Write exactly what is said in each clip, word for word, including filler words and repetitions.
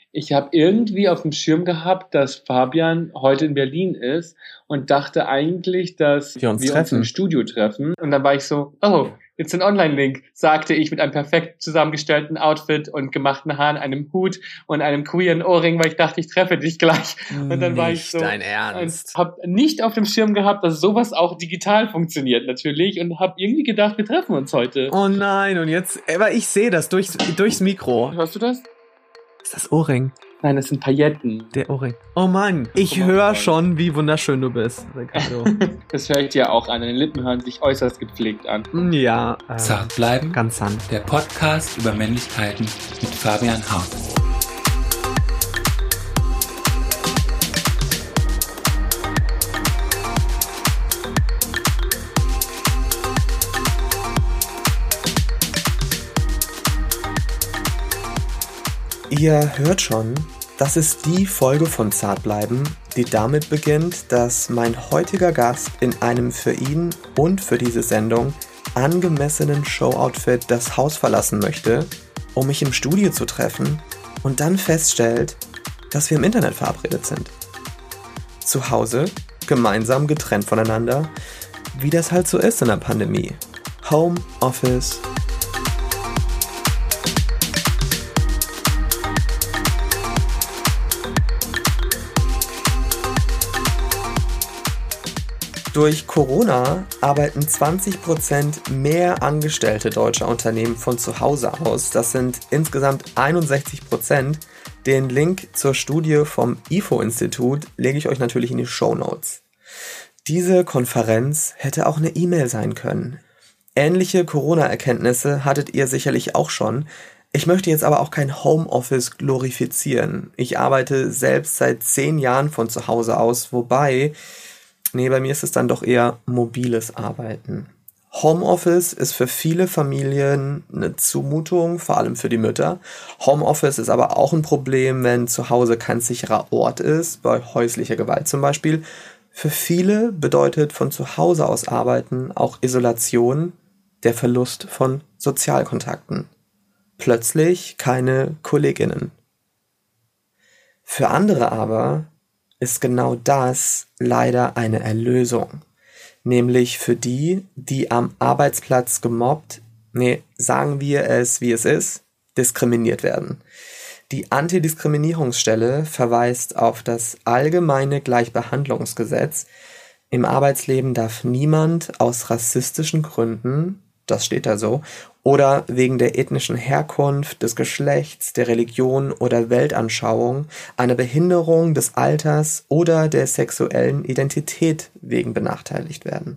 Ich habe irgendwie auf dem Schirm gehabt, dass Fabian heute in Berlin ist und dachte eigentlich, dass wir uns wir uns treffen. im Studio treffen. Und dann war ich so, oh, jetzt ein Online-Link, sagte ich mit einem perfekt zusammengestellten Outfit und gemachten Haaren, einem Hut und einem queeren Ohrring, weil ich dachte, ich treffe dich gleich. Und dann Nicht war ich so dein Ernst. und habe nicht auf dem Schirm gehabt, dass sowas auch digital funktioniert natürlich und habe irgendwie gedacht, wir treffen uns heute. Oh nein, und jetzt, aber ich sehe das durchs, durchs Mikro. Hörst du das? Ist das Ohrring? Nein, das sind Pailletten. Der Ohrring. Oh Mann, ich höre schon, wie wunderschön du bist, Ricardo. Das höre ich dir auch an. Deine Lippen hören sich äußerst gepflegt an. Ja. Äh, Zart bleiben. Ganz sanft. Der Podcast über Männlichkeiten mit Fabian Haus. Ihr hört schon, das ist die Folge von Zart bleiben, die damit beginnt, dass mein heutiger Gast in einem für ihn und für diese Sendung angemessenen Showoutfit das Haus verlassen möchte, um mich im Studio zu treffen und dann feststellt, dass wir im Internet verabredet sind. Zu Hause, gemeinsam getrennt voneinander, wie das halt so ist in der Pandemie. Home, Office. Durch Corona arbeiten zwanzig Prozent mehr Angestellte deutscher Unternehmen von zu Hause aus. Das sind insgesamt einundsechzig Prozent. Den Link zur Studie vom I F O-Institut lege ich euch natürlich in die Shownotes. Diese Konferenz hätte auch eine E-Mail sein können. Ähnliche Corona-Erkenntnisse hattet ihr sicherlich auch schon. Ich möchte jetzt aber auch kein Homeoffice glorifizieren. Ich arbeite selbst seit zehn Jahren von zu Hause aus, wobei... Nee, bei mir ist es dann doch eher mobiles Arbeiten. Homeoffice ist für viele Familien eine Zumutung, vor allem für die Mütter. Homeoffice ist aber auch ein Problem, wenn zu Hause kein sicherer Ort ist, bei häuslicher Gewalt zum Beispiel. Für viele bedeutet von zu Hause aus arbeiten auch Isolation, der Verlust von Sozialkontakten. Plötzlich keine KollegInnen. Für andere aber ist genau das leider eine Erlösung. Nämlich für die, die am Arbeitsplatz gemobbt, nee, sagen wir es wie es ist, diskriminiert werden. Die Antidiskriminierungsstelle verweist auf das allgemeine Gleichbehandlungsgesetz. Im Arbeitsleben darf niemand aus rassistischen Gründen, das steht da so, oder wegen der ethnischen Herkunft, des Geschlechts, der Religion oder Weltanschauung, einer Behinderung des Alters oder der sexuellen Identität wegen benachteiligt werden.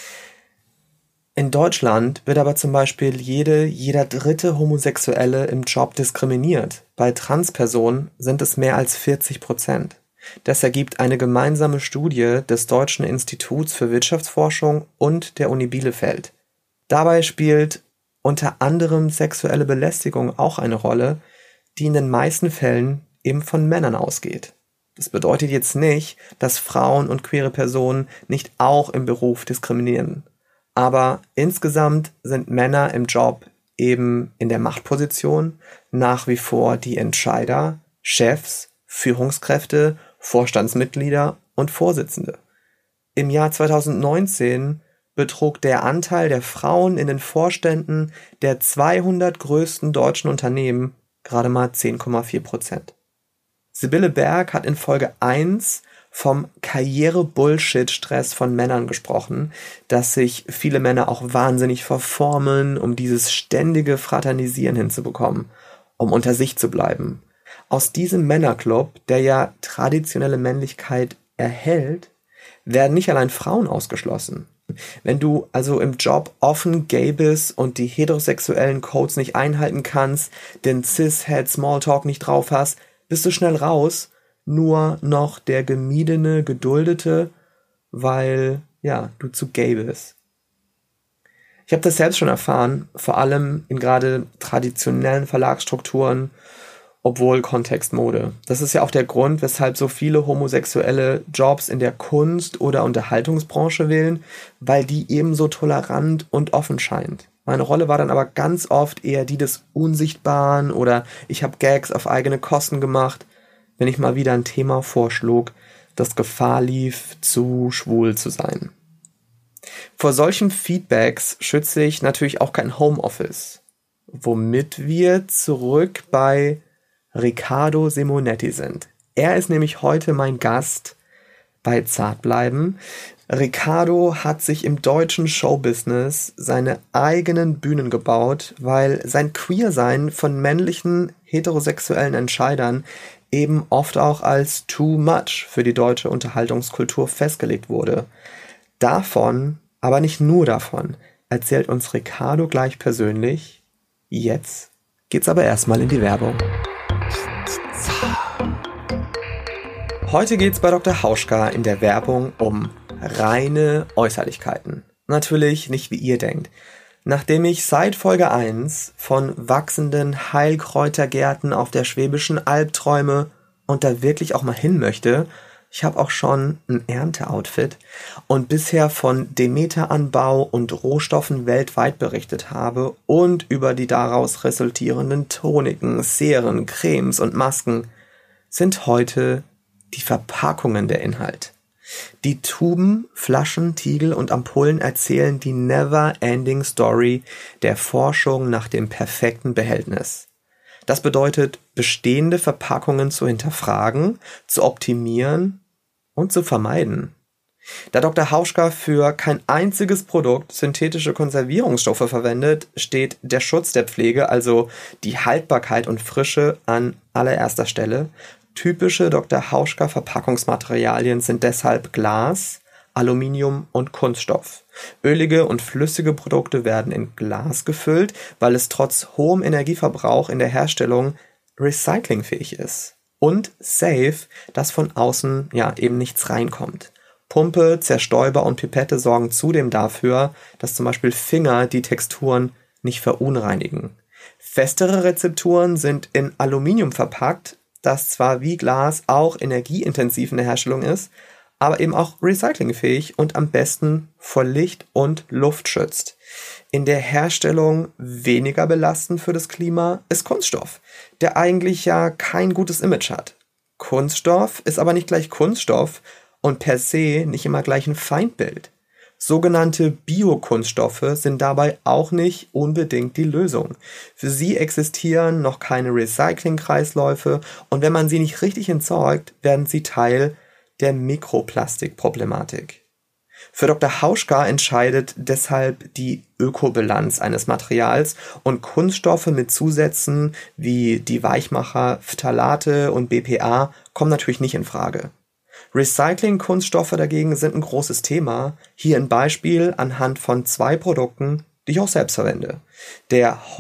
In Deutschland wird aber zum Beispiel jede, jeder dritte Homosexuelle im Job diskriminiert. Bei Transpersonen sind es mehr als vierzig Prozent. Das ergibt eine gemeinsame Studie des Deutschen Instituts für Wirtschaftsforschung und der Uni Bielefeld. Dabei spielt unter anderem sexuelle Belästigung auch eine Rolle, die in den meisten Fällen eben von Männern ausgeht. Das bedeutet jetzt nicht, dass Frauen und queere Personen nicht auch im Beruf diskriminieren. Aber insgesamt sind Männer im Job eben in der Machtposition nach wie vor die Entscheider, Chefs, Führungskräfte, Vorstandsmitglieder und Vorsitzende. Im Jahr zweitausendneunzehn betrug der Anteil der Frauen in den Vorständen der zweihundert größten deutschen Unternehmen gerade mal zehn Komma vier Prozent. Sibylle Berg hat in Folge eins vom Karriere-Bullshit-Stress von Männern gesprochen, dass sich viele Männer auch wahnsinnig verformen, um dieses ständige Fraternisieren hinzubekommen, um unter sich zu bleiben. Aus diesem Männerclub, der ja traditionelle Männlichkeit erhält, werden nicht allein Frauen ausgeschlossen. Wenn du also im Job offen gay bist und die heterosexuellen Codes nicht einhalten kannst, den Cis-Het-Smalltalk nicht drauf hast, bist du schnell raus, nur noch der gemiedene, geduldete, weil, ja, du zu gay bist. Ich habe das selbst schon erfahren, vor allem in gerade traditionellen Verlagsstrukturen, obwohl Kontext Mode. Das ist ja auch der Grund, weshalb so viele homosexuelle Jobs in der Kunst- oder Unterhaltungsbranche wählen, weil die ebenso tolerant und offen scheint. Meine Rolle war dann aber ganz oft eher die des Unsichtbaren oder ich habe Gags auf eigene Kosten gemacht, wenn ich mal wieder ein Thema vorschlug, das Gefahr lief, zu schwul zu sein. Vor solchen Feedbacks schütze ich natürlich auch kein Homeoffice, womit wir zurück bei Riccardo Simonetti sind. Er ist nämlich heute mein Gast bei Zartbleiben. Riccardo hat sich im deutschen Showbusiness seine eigenen Bühnen gebaut, weil sein Queersein von männlichen heterosexuellen Entscheidern eben oft auch als too much für die deutsche Unterhaltungskultur festgelegt wurde. Davon, aber nicht nur davon, erzählt uns Riccardo gleich persönlich. Jetzt geht's aber erstmal in die Werbung. Heute geht's bei Doktor Hauschka in der Werbung um reine Äußerlichkeiten. Natürlich nicht wie ihr denkt. Nachdem ich seit Folge eins von wachsenden Heilkräutergärten auf der Schwäbischen Alb träume und da wirklich auch mal hin möchte, ich habe auch schon ein Ernteoutfit und bisher von Demeteranbau und Rohstoffen weltweit berichtet habe und über die daraus resultierenden Toniken, Seren, Cremes und Masken, sind heute die Verpackungen der Inhalt. Die Tuben, Flaschen, Tiegel und Ampullen erzählen die never-ending Story der Forschung nach dem perfekten Behältnis. Das bedeutet, bestehende Verpackungen zu hinterfragen, zu optimieren und zu vermeiden. Da Doktor Hauschka für kein einziges Produkt synthetische Konservierungsstoffe verwendet, steht der Schutz der Pflege, also die Haltbarkeit und Frische, an allererster Stelle. Typische Doktor Hauschka Verpackungsmaterialien sind deshalb Glas, Aluminium und Kunststoff. Ölige und flüssige Produkte werden in Glas gefüllt, weil es trotz hohem Energieverbrauch in der Herstellung recyclingfähig ist. Und safe, dass von außen ja eben nichts reinkommt. Pumpe, Zerstäuber und Pipette sorgen zudem dafür, dass zum Beispiel Finger die Texturen nicht verunreinigen. Festere Rezepturen sind in Aluminium verpackt, das zwar wie Glas auch energieintensiv in der Herstellung ist, aber eben auch recyclingfähig und am besten vor Licht und Luft schützt. In der Herstellung weniger belastend für das Klima ist Kunststoff, der eigentlich ja kein gutes Image hat. Kunststoff ist aber nicht gleich Kunststoff und per se nicht immer gleich ein Feindbild. Sogenannte Biokunststoffe sind dabei auch nicht unbedingt die Lösung. Für sie existieren noch keine Recyclingkreisläufe und wenn man sie nicht richtig entsorgt, werden sie Teil der Mikroplastikproblematik. Für Doktor Hauschka entscheidet deshalb die Ökobilanz eines Materials und Kunststoffe mit Zusätzen wie die Weichmacher, Phthalate und B P A kommen natürlich nicht in Frage. Recycling-Kunststoffe dagegen sind ein großes Thema. Hier ein Beispiel anhand von zwei Produkten, die ich auch selbst verwende. Der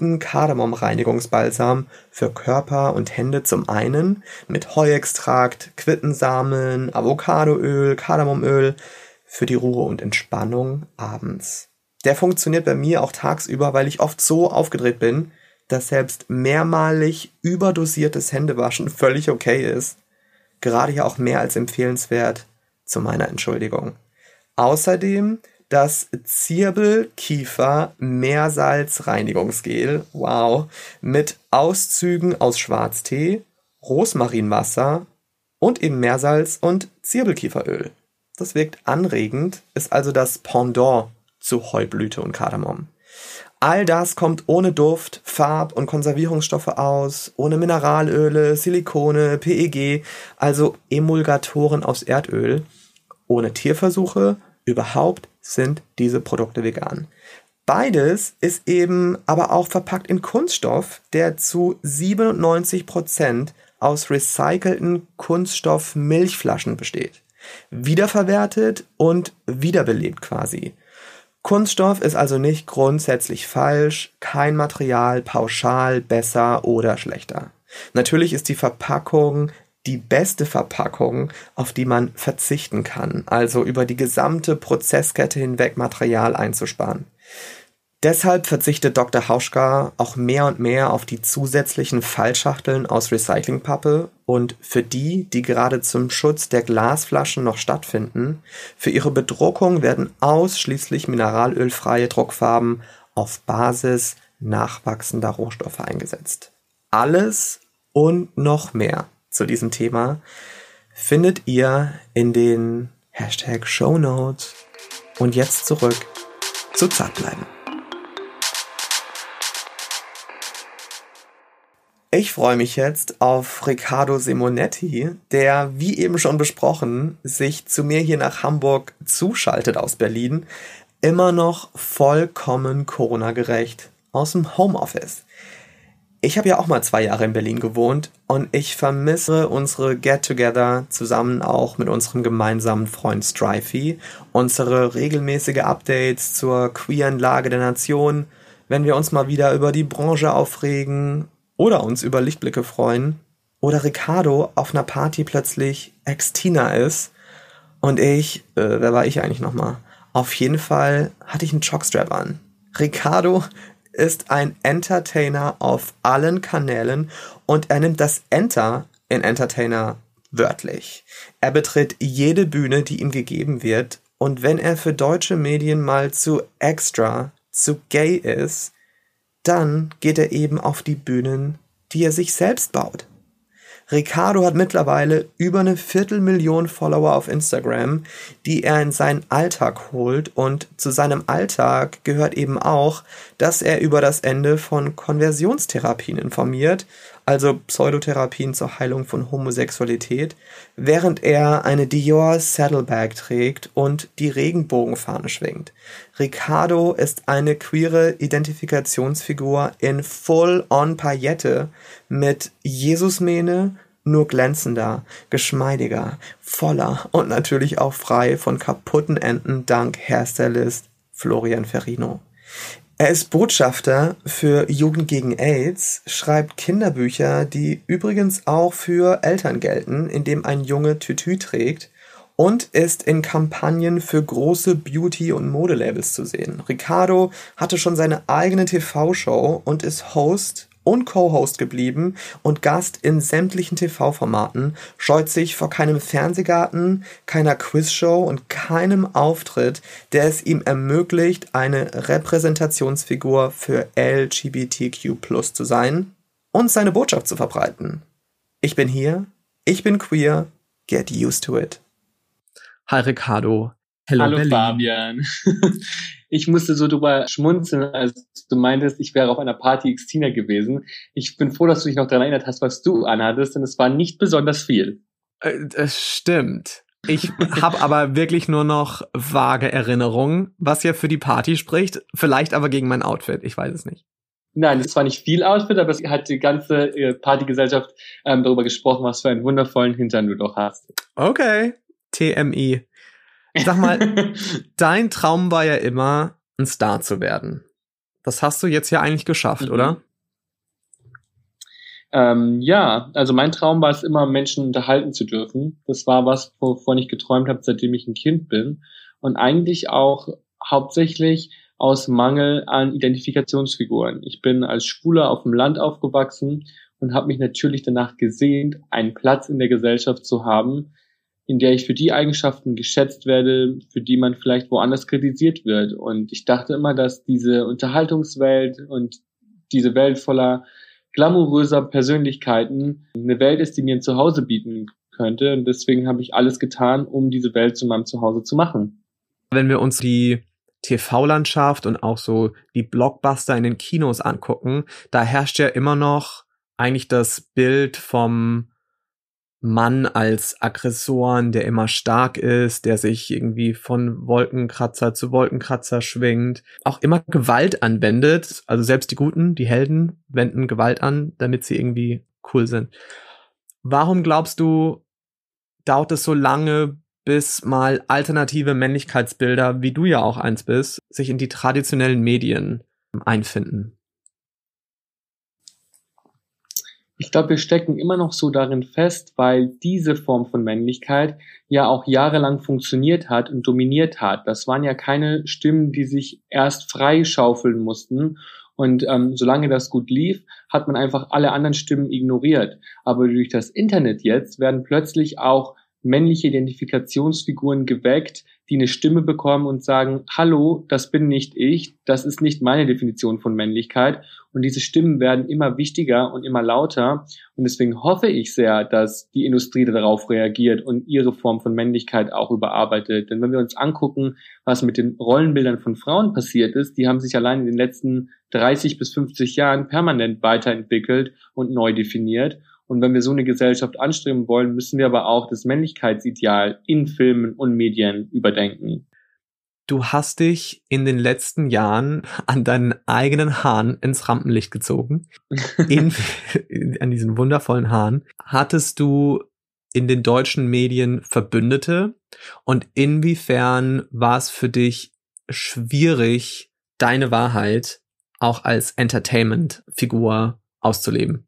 Heublüten-Kardamom-Reinigungsbalsam für Körper und Hände zum einen mit Heuextrakt, Quittensamen, Avocadoöl, Kardamomöl für die Ruhe und Entspannung abends. Der funktioniert bei mir auch tagsüber, weil ich oft so aufgedreht bin, dass selbst mehrmalig überdosiertes Händewaschen völlig okay ist. Gerade ja auch mehr als empfehlenswert, zu meiner Entschuldigung. Außerdem das Zirbel-Kiefer-Meersalz-Reinigungsgel, wow, mit Auszügen aus Schwarztee, Rosmarinwasser und eben Meersalz und Zirbelkieferöl. Das wirkt anregend, ist also das Pendant zu Heublüte und Kardamom. All das kommt ohne Duft, Farb- und Konservierungsstoffe aus, ohne Mineralöle, Silikone, P E G, also Emulgatoren aus Erdöl. Ohne Tierversuche, überhaupt sind diese Produkte vegan. Beides ist eben aber auch verpackt in Kunststoff, der zu siebenundneunzig Prozent aus recycelten Kunststoff-Milchflaschen besteht. Wiederverwertet und wiederbelebt quasi. Kunststoff ist also nicht grundsätzlich falsch, kein Material pauschal besser oder schlechter. Natürlich ist die Verpackung die beste Verpackung, auf die man verzichten kann, also über die gesamte Prozesskette hinweg Material einzusparen. Deshalb verzichtet Doktor Hauschka auch mehr und mehr auf die zusätzlichen Fallschachteln aus Recyclingpappe und für die, die gerade zum Schutz der Glasflaschen noch stattfinden, für ihre Bedruckung werden ausschließlich mineralölfreie Druckfarben auf Basis nachwachsender Rohstoffe eingesetzt. Alles und noch mehr zu diesem Thema findet ihr in den Hashtag Shownotes. Und jetzt zurück zu Zartbleiben. Ich freue mich jetzt auf Riccardo Simonetti, der, wie eben schon besprochen, sich zu mir hier nach Hamburg zuschaltet aus Berlin, immer noch vollkommen Corona-gerecht aus dem Homeoffice. Ich habe ja auch mal zwei Jahre in Berlin gewohnt und ich vermisse unsere Get-Together zusammen auch mit unserem gemeinsamen Freund Strifey, unsere regelmäßige Updates zur queeren Lage der Nation, wenn wir uns mal wieder über die Branche aufregen oder uns über Lichtblicke freuen oder Riccardo auf einer Party plötzlich Ex-Tina ist und ich, äh, wer war ich eigentlich nochmal? Auf jeden Fall hatte ich einen Jockstrap an. Riccardo ist ein Entertainer auf allen Kanälen und er nimmt das Enter in Entertainer wörtlich. Er betritt jede Bühne, die ihm gegeben wird, und wenn er für deutsche Medien mal zu extra, zu gay ist, dann geht er eben auf die Bühnen, die er sich selbst baut. Riccardo hat mittlerweile über eine Viertelmillion Follower auf Instagram, die er in seinen Alltag holt, und zu seinem Alltag gehört eben auch, dass er über das Ende von Konversionstherapien informiert, also Pseudotherapien zur Heilung von Homosexualität, während er eine Dior Saddlebag trägt und die Regenbogenfahne schwingt. Riccardo ist eine queere Identifikationsfigur in Full-on Paillette mit Jesusmähne, nur glänzender, geschmeidiger, voller und natürlich auch frei von kaputten Enden dank Hairstylist Florian Ferrino. Er ist Botschafter für Jugend gegen AIDS, schreibt Kinderbücher, die übrigens auch für Eltern gelten, indem ein Junge Tütü trägt, und ist in Kampagnen für große Beauty- und Modelabels zu sehen. Riccardo hatte schon seine eigene T V-Show und ist Host und Co-Host geblieben und Gast in sämtlichen T V-Formaten, scheut sich vor keinem Fernsehgarten, keiner Quizshow und keinem Auftritt, der es ihm ermöglicht, eine Repräsentationsfigur für L G B T Q plus zu sein und seine Botschaft zu verbreiten. Ich bin hier, ich bin queer, get used to it. Hi Riccardo. Hello, Hallo Berlin. Fabian. Ich musste so drüber schmunzeln, als du meintest, ich wäre auf einer Party X-Tina gewesen. Ich bin froh, dass du dich noch daran erinnert hast, was du anhattest, denn es war nicht besonders viel. Es stimmt. Ich habe aber wirklich nur noch vage Erinnerungen, was ja für die Party spricht, vielleicht aber gegen mein Outfit, ich weiß es nicht. Nein, es war nicht viel Outfit, aber es hat die ganze Partygesellschaft ähm, darüber gesprochen, was für einen wundervollen Hintern du doch hast. Okay, T M I. Sag mal, dein Traum war ja immer, ein Star zu werden. Das hast du jetzt ja eigentlich geschafft, mhm. oder? Ähm, ja, also mein Traum war es immer, Menschen unterhalten zu dürfen. Das war was, wovon ich geträumt habe, seitdem ich ein Kind bin. Und eigentlich auch hauptsächlich aus Mangel an Identifikationsfiguren. Ich bin als Schwuler auf dem Land aufgewachsen und habe mich natürlich danach gesehnt, einen Platz in der Gesellschaft zu haben, in der ich für die Eigenschaften geschätzt werde, für die man vielleicht woanders kritisiert wird. Und ich dachte immer, dass diese Unterhaltungswelt und diese Welt voller glamouröser Persönlichkeiten eine Welt ist, die mir ein Zuhause bieten könnte. Und deswegen habe ich alles getan, um diese Welt zu meinem Zuhause zu machen. Wenn wir uns die T V-Landschaft und auch so die Blockbuster in den Kinos angucken, da herrscht ja immer noch eigentlich das Bild vom Mann als Aggressoren, der immer stark ist, der sich irgendwie von Wolkenkratzer zu Wolkenkratzer schwingt, auch immer Gewalt anwendet. Also selbst die Guten, die Helden, wenden Gewalt an, damit sie irgendwie cool sind. Warum glaubst du, dauert es so lange, bis mal alternative Männlichkeitsbilder, wie du ja auch eins bist, sich in die traditionellen Medien einfinden? Ich glaube, wir stecken immer noch so darin fest, weil diese Form von Männlichkeit ja auch jahrelang funktioniert hat und dominiert hat. Das waren ja keine Stimmen, die sich erst freischaufeln mussten. Und ähm, solange das gut lief, hat man einfach alle anderen Stimmen ignoriert. Aber durch das Internet jetzt werden plötzlich auch männliche Identifikationsfiguren geweckt, die eine Stimme bekommen und sagen, hallo, das bin nicht ich, das ist nicht meine Definition von Männlichkeit. Und diese Stimmen werden immer wichtiger und immer lauter. Und deswegen hoffe ich sehr, dass die Industrie darauf reagiert und ihre Form von Männlichkeit auch überarbeitet. Denn wenn wir uns angucken, was mit den Rollenbildern von Frauen passiert ist, die haben sich allein in den letzten dreißig bis fünfzig Jahren permanent weiterentwickelt und neu definiert. Und wenn wir so eine Gesellschaft anstreben wollen, müssen wir aber auch das Männlichkeitsideal in Filmen und Medien überdenken. Du hast dich in den letzten Jahren an deinen eigenen Haaren ins Rampenlicht gezogen. In, an diesen wundervollen Haaren. Hattest du in den deutschen Medien Verbündete? Und inwiefern war es für dich schwierig, deine Wahrheit auch als Entertainment-Figur auszuleben?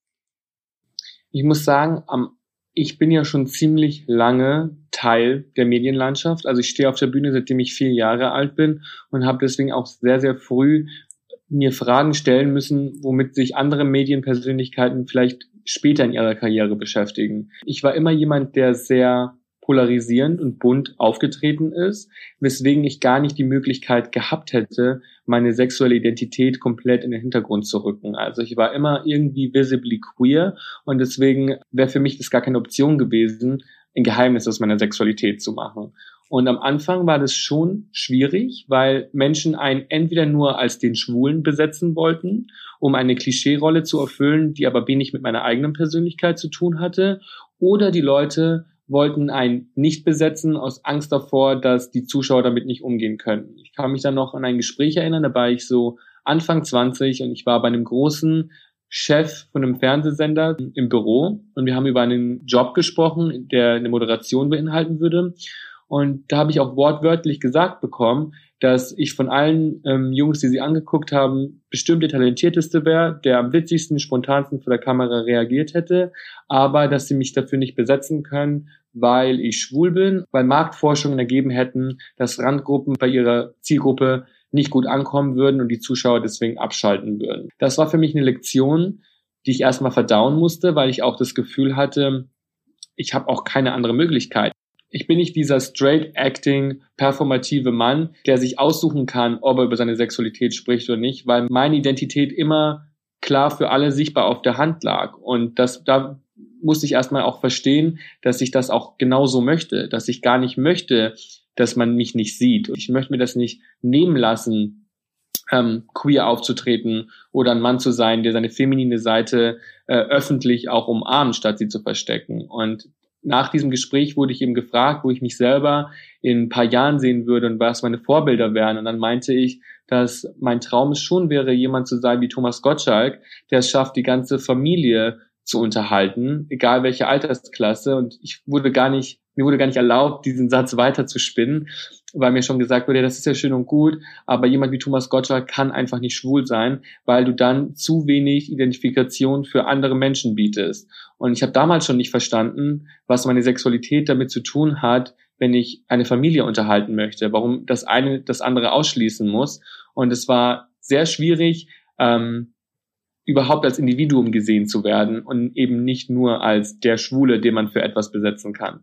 Ich muss sagen, am, ich bin ja schon ziemlich lange Teil der Medienlandschaft. Also ich stehe auf der Bühne, seitdem ich vier Jahre alt bin und habe deswegen auch sehr, sehr früh mir Fragen stellen müssen, womit sich andere Medienpersönlichkeiten vielleicht später in ihrer Karriere beschäftigen. Ich war immer jemand, der sehr polarisierend und bunt aufgetreten ist, weswegen ich gar nicht die Möglichkeit gehabt hätte, meine sexuelle Identität komplett in den Hintergrund zu rücken. Also ich war immer irgendwie visibly queer und deswegen wäre für mich das gar keine Option gewesen, ein Geheimnis aus meiner Sexualität zu machen. Und am Anfang war das schon schwierig, weil Menschen einen entweder nur als den Schwulen besetzen wollten, um eine Klischeerolle zu erfüllen, die aber wenig mit meiner eigenen Persönlichkeit zu tun hatte, oder die Leute wollten einen nicht besetzen aus Angst davor, dass die Zuschauer damit nicht umgehen können. Ich kann mich dann noch an ein Gespräch erinnern, da war ich so Anfang zwanzig und ich war bei einem großen Chef von einem Fernsehsender im Büro und wir haben über einen Job gesprochen, der eine Moderation beinhalten würde. Und da habe ich auch wortwörtlich gesagt bekommen, dass ich von allen ähm, Jungs, die sie angeguckt haben, bestimmt der talentierteste wäre, der am witzigsten, spontansten vor der Kamera reagiert hätte, aber dass sie mich dafür nicht besetzen können, weil ich schwul bin, weil Marktforschungen ergeben hätten, dass Randgruppen bei ihrer Zielgruppe nicht gut ankommen würden und die Zuschauer deswegen abschalten würden. Das war für mich eine Lektion, die ich erstmal verdauen musste, weil ich auch das Gefühl hatte, ich habe auch keine andere Möglichkeit. Ich bin nicht dieser straight-acting, performative Mann, der sich aussuchen kann, ob er über seine Sexualität spricht oder nicht, weil meine Identität immer klar für alle sichtbar auf der Hand lag. Und das, da musste ich erstmal auch verstehen, dass ich das auch genauso möchte, dass ich gar nicht möchte, dass man mich nicht sieht. Ich möchte mir das nicht nehmen lassen, ähm, queer aufzutreten oder ein Mann zu sein, der seine feminine Seite äh, öffentlich auch umarmt, statt sie zu verstecken. Und nach diesem Gespräch wurde ich eben gefragt, wo ich mich selber in ein paar Jahren sehen würde und was meine Vorbilder wären. Und dann meinte ich, dass mein Traum es schon wäre, jemand zu sein wie Thomas Gottschalk, der es schafft, die ganze Familie zu unterhalten, egal welche Altersklasse. Und ich wurde gar nicht, mir wurde gar nicht erlaubt, diesen Satz weiter zu spinnen, weil mir schon gesagt wurde, ja, das ist ja schön und gut, aber jemand wie Thomas Gottschalk kann einfach nicht schwul sein, weil du dann zu wenig Identifikation für andere Menschen bietest. Und ich habe damals schon nicht verstanden, was meine Sexualität damit zu tun hat, wenn ich eine Familie unterhalten möchte, warum das eine das andere ausschließen muss. Und es war sehr schwierig, ähm, überhaupt als Individuum gesehen zu werden und eben nicht nur als der Schwule, den man für etwas besetzen kann.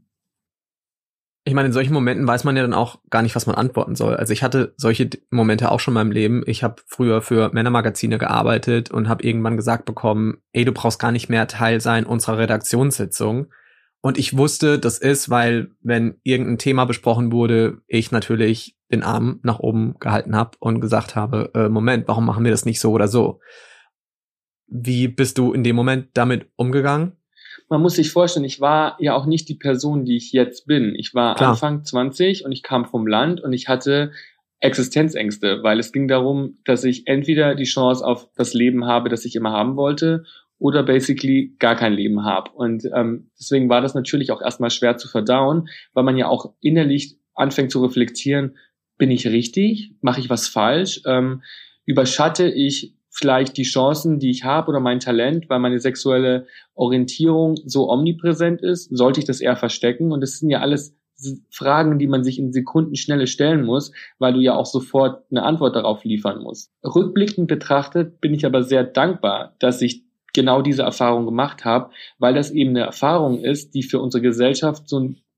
Ich meine, in solchen Momenten weiß man ja dann auch gar nicht, was man antworten soll. Also ich hatte solche Momente auch schon in meinem Leben. Ich habe früher für Männermagazine gearbeitet und habe irgendwann gesagt bekommen, ey, du brauchst gar nicht mehr Teil sein unserer Redaktionssitzung. Und ich wusste, das ist, weil, wenn irgendein Thema besprochen wurde, ich natürlich den Arm nach oben gehalten habe und gesagt habe, äh, Moment, warum machen wir das nicht so oder so? Wie bist du in dem Moment damit umgegangen? Man muss sich vorstellen, ich war ja auch nicht die Person, die ich jetzt bin. Ich war Klar. Anfang zwanzig und ich kam vom Land und ich hatte Existenzängste, weil es ging darum, dass ich entweder die Chance auf das Leben habe, das ich immer haben wollte, oder basically gar kein Leben habe. Und ähm, deswegen war das natürlich auch erstmal schwer zu verdauen, weil man ja auch innerlich anfängt zu reflektieren, bin ich richtig? Mache ich was falsch? Ähm, überschatte ich vielleicht die Chancen, die ich habe oder mein Talent, weil meine sexuelle Orientierung so omnipräsent ist, sollte ich das eher verstecken? Und das sind ja alles Fragen, die man sich in Sekundenschnelle stellen muss, weil du ja auch sofort eine Antwort darauf liefern musst. Rückblickend betrachtet bin ich aber sehr dankbar, dass ich genau diese Erfahrung gemacht habe, weil das eben eine Erfahrung ist, die für unsere Gesellschaft so ein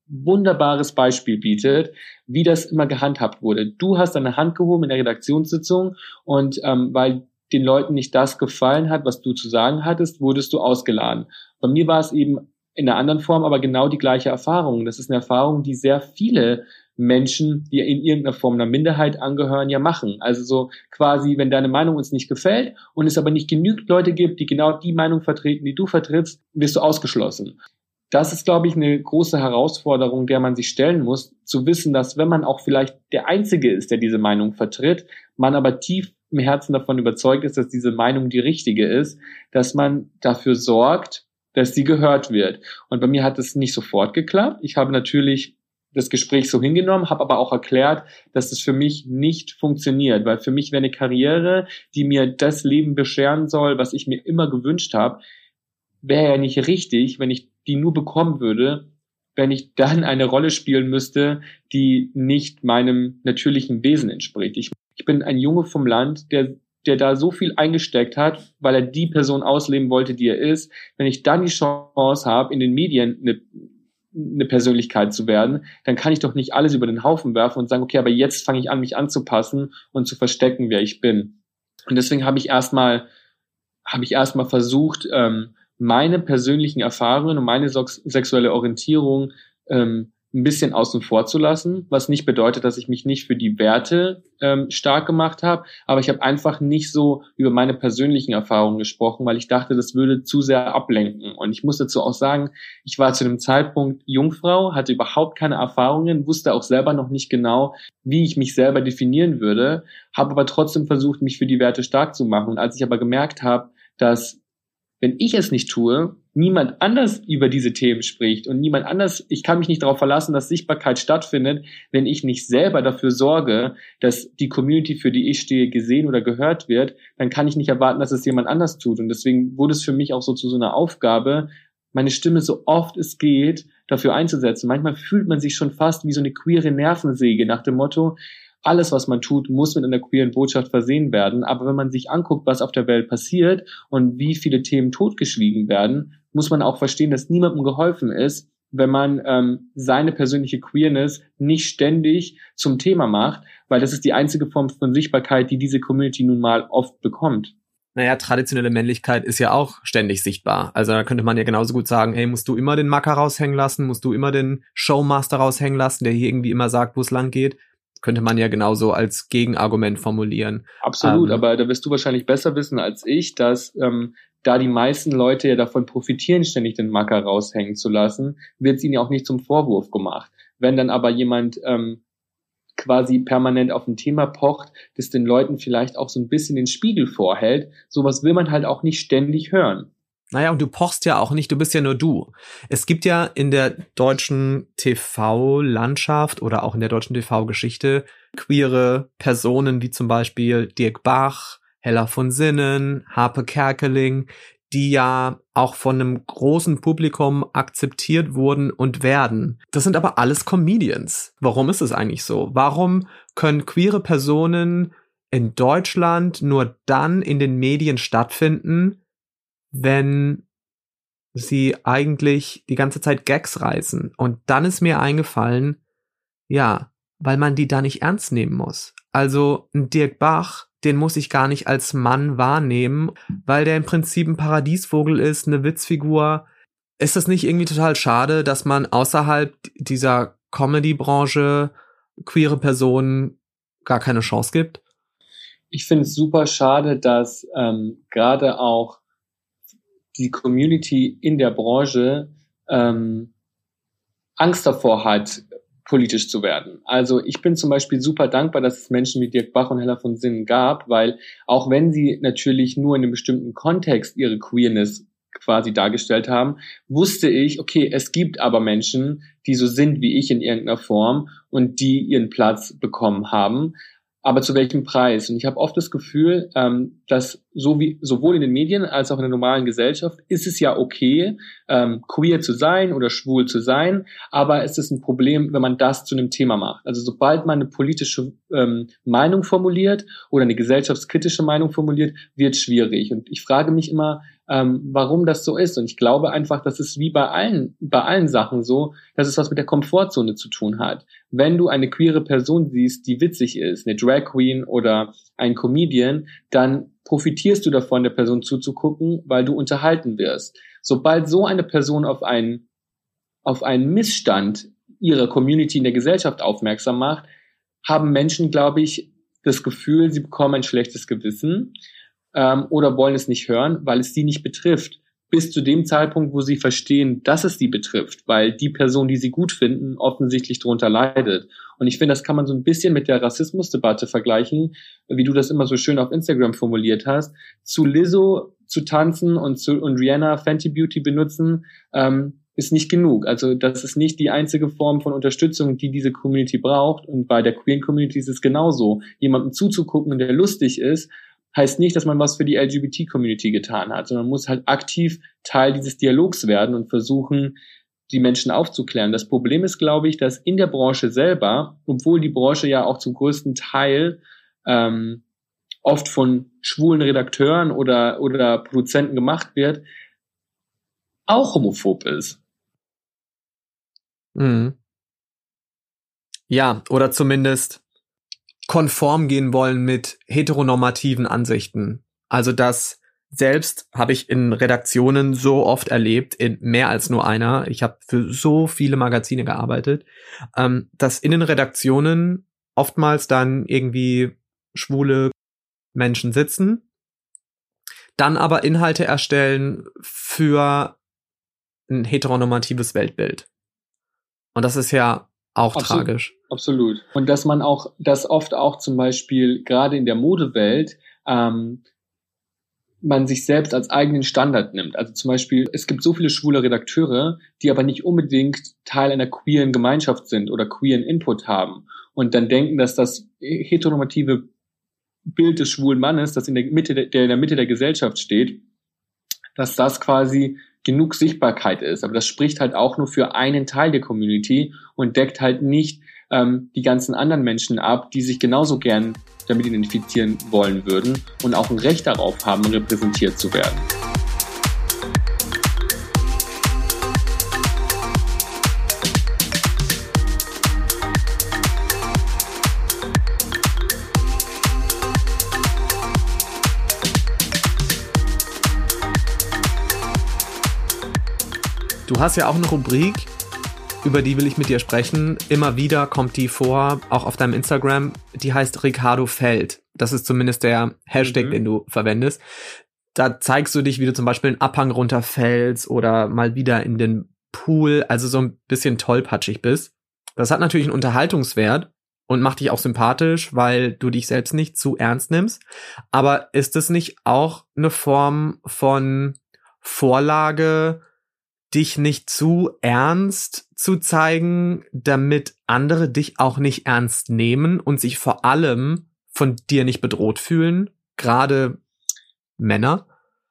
wunderbares Beispiel bietet, wie das immer gehandhabt wurde. Du hast deine Hand gehoben in der Redaktionssitzung und ähm, weil den Leuten nicht das gefallen hat, was du zu sagen hattest, wurdest du ausgeladen. Bei mir war es eben in einer anderen Form, aber genau die gleiche Erfahrung. Das ist eine Erfahrung, die sehr viele Menschen, die in irgendeiner Form einer Minderheit angehören, ja machen. Also so quasi, wenn deine Meinung uns nicht gefällt und es aber nicht genügend Leute gibt, die genau die Meinung vertreten, die du vertrittst, wirst du ausgeschlossen. Das ist, glaube ich, eine große Herausforderung, der man sich stellen muss, zu wissen, dass wenn man auch vielleicht der Einzige ist, der diese Meinung vertritt, man aber tief im Herzen davon überzeugt ist, dass diese Meinung die richtige ist, dass man dafür sorgt, dass sie gehört wird. Und bei mir hat es nicht sofort geklappt. Ich habe natürlich das Gespräch so hingenommen, habe aber auch erklärt, dass es für mich nicht funktioniert, weil für mich wäre eine Karriere, die mir das Leben bescheren soll, was ich mir immer gewünscht habe, wäre ja nicht richtig, wenn ich die nur bekommen würde, wenn ich dann eine Rolle spielen müsste, die nicht meinem natürlichen Wesen entspricht. Ich, ich bin ein Junge vom Land, der der da so viel eingesteckt hat, weil er die Person ausleben wollte, die er ist. Wenn ich dann die Chance habe, in den Medien eine, eine Persönlichkeit zu werden, dann kann ich doch nicht alles über den Haufen werfen und sagen, okay, aber jetzt fange ich an, mich anzupassen und zu verstecken, wer ich bin. Und deswegen habe ich erstmal, habe ich erstmal versucht, ähm, meine persönlichen Erfahrungen und meine sex- sexuelle Orientierung ähm, ein bisschen außen vor zu lassen, was nicht bedeutet, dass ich mich nicht für die Werte ähm, stark gemacht habe, aber ich habe einfach nicht so über meine persönlichen Erfahrungen gesprochen, weil ich dachte, das würde zu sehr ablenken. Und ich muss dazu auch sagen, ich war zu dem Zeitpunkt Jungfrau, hatte überhaupt keine Erfahrungen, wusste auch selber noch nicht genau, wie ich mich selber definieren würde, habe aber trotzdem versucht, mich für die Werte stark zu machen. Und als ich aber gemerkt habe, dass wenn ich es nicht tue, niemand anders über diese Themen spricht und niemand anders, ich kann mich nicht darauf verlassen, dass Sichtbarkeit stattfindet, wenn ich nicht selber dafür sorge, dass die Community, für die ich stehe, gesehen oder gehört wird, dann kann ich nicht erwarten, dass es jemand anders tut. Und deswegen wurde es für mich auch so zu so einer Aufgabe, meine Stimme so oft es geht dafür einzusetzen. Manchmal fühlt man sich schon fast wie so eine queere Nervensäge nach dem Motto, alles, was man tut, muss mit einer queeren Botschaft versehen werden. Aber wenn man sich anguckt, was auf der Welt passiert und wie viele Themen totgeschwiegen werden, muss man auch verstehen, dass niemandem geholfen ist, wenn man ähm, seine persönliche Queerness nicht ständig zum Thema macht, weil das ist die einzige Form von Sichtbarkeit, die diese Community nun mal oft bekommt. Naja, traditionelle Männlichkeit ist ja auch ständig sichtbar. Also da könnte man ja genauso gut sagen, hey, musst du immer den Macker raushängen lassen, musst du immer den Showmaster raushängen lassen, der hier irgendwie immer sagt, wo es lang geht. Könnte man ja genauso als Gegenargument formulieren. Absolut, ähm, aber da wirst du wahrscheinlich besser wissen als ich, dass ähm, da die meisten Leute ja davon profitieren, ständig den Macker raushängen zu lassen, wird es ihnen ja auch nicht zum Vorwurf gemacht. Wenn dann aber jemand ähm, quasi permanent auf ein Thema pocht, das den Leuten vielleicht auch so ein bisschen den Spiegel vorhält, sowas will man halt auch nicht ständig hören. Naja, und du pochst ja auch nicht, du bist ja nur du. Es gibt ja in der deutschen T V-Landschaft oder auch in der deutschen T V-Geschichte queere Personen wie zum Beispiel Dirk Bach, Hella von Sinnen, Harpe Kerkeling, die ja auch von einem großen Publikum akzeptiert wurden und werden. Das sind aber alles Comedians. Warum ist es eigentlich so? Warum können queere Personen in Deutschland nur dann in den Medien stattfinden, wenn sie eigentlich die ganze Zeit Gags reißen? Und dann ist mir eingefallen, ja, weil man die da nicht ernst nehmen muss. Also ein Dirk Bach, den muss ich gar nicht als Mann wahrnehmen, weil der im Prinzip ein Paradiesvogel ist, eine Witzfigur. Ist das nicht irgendwie total schade, dass man außerhalb dieser Comedy-Branche queere Personen gar keine Chance gibt? Ich finde es super schade, dass ähm, gerade auch die Community in der Branche ähm, Angst davor hat, politisch zu werden. Also ich bin zum Beispiel super dankbar, dass es Menschen wie Dirk Bach und Hella von Sinnen gab, weil auch wenn sie natürlich nur in einem bestimmten Kontext ihre Queerness quasi dargestellt haben, wusste ich, okay, es gibt aber Menschen, die so sind wie ich in irgendeiner Form und die ihren Platz bekommen haben. Aber zu welchem Preis? Und ich habe oft das Gefühl, ähm, dass so wie sowohl in den Medien als auch in der normalen Gesellschaft ist es ja okay, ähm, queer zu sein oder schwul zu sein, aber es ist ein Problem, wenn man das zu einem Thema macht. Also sobald man eine politische ähm, Meinung formuliert oder eine gesellschaftskritische Meinung formuliert, wird schwierig. Und ich frage mich immer, ähm, warum das so ist. Und ich glaube einfach, das ist wie bei allen, bei allen Sachen so, dass es was mit der Komfortzone zu tun hat. Wenn du eine queere Person siehst, die witzig ist, eine Drag Queen oder ein Comedian, dann profitierst du davon, der Person zuzugucken, weil du unterhalten wirst. Sobald so eine Person auf einen, auf einen Missstand ihrer Community in der Gesellschaft aufmerksam macht, haben Menschen, glaube ich, das Gefühl, sie bekommen ein schlechtes Gewissen ähm, oder wollen es nicht hören, weil es sie nicht betrifft. Bis zu dem Zeitpunkt, wo sie verstehen, dass es sie betrifft, weil die Person, die sie gut finden, offensichtlich darunter leidet. Und ich finde, das kann man so ein bisschen mit der Rassismusdebatte vergleichen, wie du das immer so schön auf Instagram formuliert hast. Zu Lizzo zu tanzen und zu und Rihanna Fenty Beauty benutzen, ähm, ist nicht genug. Also das ist nicht die einzige Form von Unterstützung, die diese Community braucht. Und bei der queeren Community ist es genauso. Jemandem zuzugucken, der lustig ist, heißt nicht, dass man was für die L G B T-Community getan hat, sondern man muss halt aktiv Teil dieses Dialogs werden und versuchen, die Menschen aufzuklären. Das Problem ist, glaube ich, dass in der Branche selber, obwohl die Branche ja auch zum größten Teil ähm, oft von schwulen Redakteuren oder oder Produzenten gemacht wird, auch homophob ist. Mhm. Ja, oder zumindest konform gehen wollen mit heteronormativen Ansichten. Also das selbst habe ich in Redaktionen so oft erlebt, in mehr als nur einer. Ich habe für so viele Magazine gearbeitet, ähm, dass in den Redaktionen oftmals dann irgendwie schwule Menschen sitzen, dann aber Inhalte erstellen für ein heteronormatives Weltbild. Und das ist ja auch Absolut, tragisch. Absolut. Und dass man auch, dass oft auch zum Beispiel gerade in der Modewelt ähm, man sich selbst als eigenen Standard nimmt. Also zum Beispiel, es gibt so viele schwule Redakteure, die aber nicht unbedingt Teil einer queeren Gemeinschaft sind oder queeren Input haben und dann denken, dass das heteronormative Bild des schwulen Mannes, das in der Mitte der, der in der Mitte der Gesellschaft steht, dass das quasi genug Sichtbarkeit ist. Aber das spricht halt auch nur für einen Teil der Community und deckt halt nicht ähm, die ganzen anderen Menschen ab, die sich genauso gern damit identifizieren wollen würden und auch ein Recht darauf haben, repräsentiert zu werden. Du hast ja auch eine Rubrik, über die will ich mit dir sprechen. Immer wieder kommt die vor, auch auf deinem Instagram. Die heißt Ricardo Fällt. Das ist zumindest der Hashtag, mhm. den du verwendest. Da zeigst du dich, wie du zum Beispiel einen Abhang runterfällst oder mal wieder in den Pool, also so ein bisschen tollpatschig bist. Das hat natürlich einen Unterhaltungswert und macht dich auch sympathisch, weil du dich selbst nicht zu ernst nimmst. Aber ist es nicht auch eine Form von Vorlage, dich nicht zu ernst zu zeigen, damit andere dich auch nicht ernst nehmen und sich vor allem von dir nicht bedroht fühlen, gerade Männer?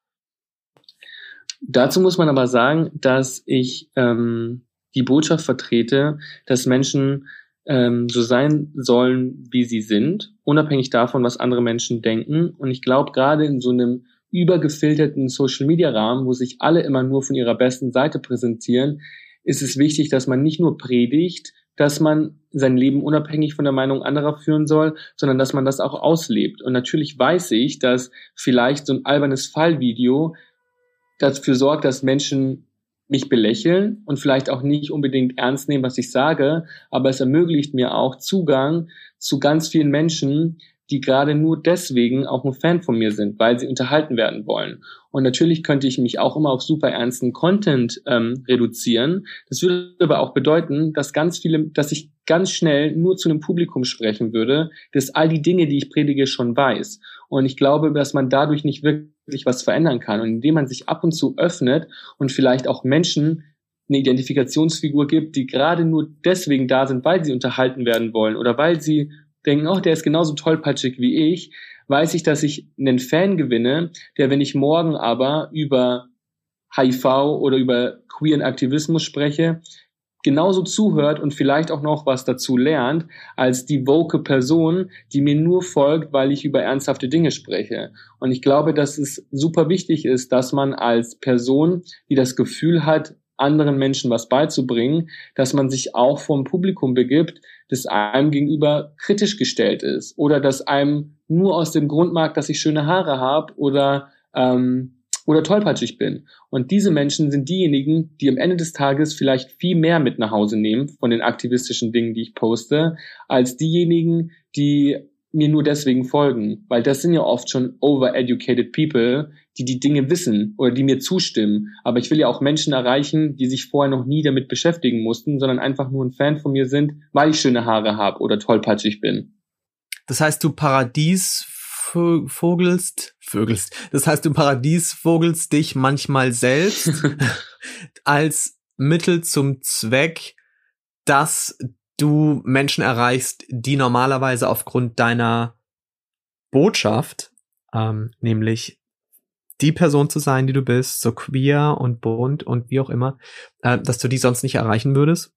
Dazu muss man aber sagen, dass ich ähm, die Botschaft vertrete, dass Menschen ähm, so sein sollen, wie sie sind, unabhängig davon, was andere Menschen denken. Und ich glaube, gerade in so einem übergefilterten Social-Media-Rahmen, wo sich alle immer nur von ihrer besten Seite präsentieren, ist es wichtig, dass man nicht nur predigt, dass man sein Leben unabhängig von der Meinung anderer führen soll, sondern dass man das auch auslebt. Und natürlich weiß ich, dass vielleicht so ein albernes Fallvideo dafür sorgt, dass Menschen mich belächeln und vielleicht auch nicht unbedingt ernst nehmen, was ich sage, aber es ermöglicht mir auch Zugang zu ganz vielen Menschen, die gerade nur deswegen auch ein Fan von mir sind, weil sie unterhalten werden wollen. Und natürlich könnte ich mich auch immer auf super ernsten Content ähm, reduzieren. Das würde aber auch bedeuten, dass ganz viele, dass ich ganz schnell nur zu einem Publikum sprechen würde, das all die Dinge, die ich predige, schon weiß. Und ich glaube, dass man dadurch nicht wirklich was verändern kann. Und indem man sich ab und zu öffnet und vielleicht auch Menschen eine Identifikationsfigur gibt, die gerade nur deswegen da sind, weil sie unterhalten werden wollen oder weil sie denken, oh, der ist genauso tollpatschig wie ich, weiß ich, dass ich einen Fan gewinne, der, wenn ich morgen aber über H I V oder über queeren Aktivismus spreche, genauso zuhört und vielleicht auch noch was dazu lernt, als die woke Person, die mir nur folgt, weil ich über ernsthafte Dinge spreche. Und ich glaube, dass es super wichtig ist, dass man als Person, die das Gefühl hat, anderen Menschen was beizubringen, dass man sich auch vom Publikum begibt, das einem gegenüber kritisch gestellt ist oder das einem nur aus dem Grund mag, dass ich schöne Haare habe oder ähm, oder tollpatschig bin. Und diese Menschen sind diejenigen, die am Ende des Tages vielleicht viel mehr mit nach Hause nehmen von den aktivistischen Dingen, die ich poste, als diejenigen, die mir nur deswegen folgen. Weil das sind ja oft schon overeducated people, die die Dinge wissen oder die mir zustimmen. Aber ich will ja auch Menschen erreichen, die sich vorher noch nie damit beschäftigen mussten, sondern einfach nur ein Fan von mir sind, weil ich schöne Haare habe oder tollpatschig bin. Das heißt, du Paradies vogelst, vögelst. Das heißt, du Paradies vogelst dich manchmal selbst als Mittel zum Zweck, dass du Menschen erreichst, die normalerweise aufgrund deiner Botschaft, ähm, nämlich die Person zu sein, die du bist, so queer und bunt und wie auch immer, äh, dass du die sonst nicht erreichen würdest?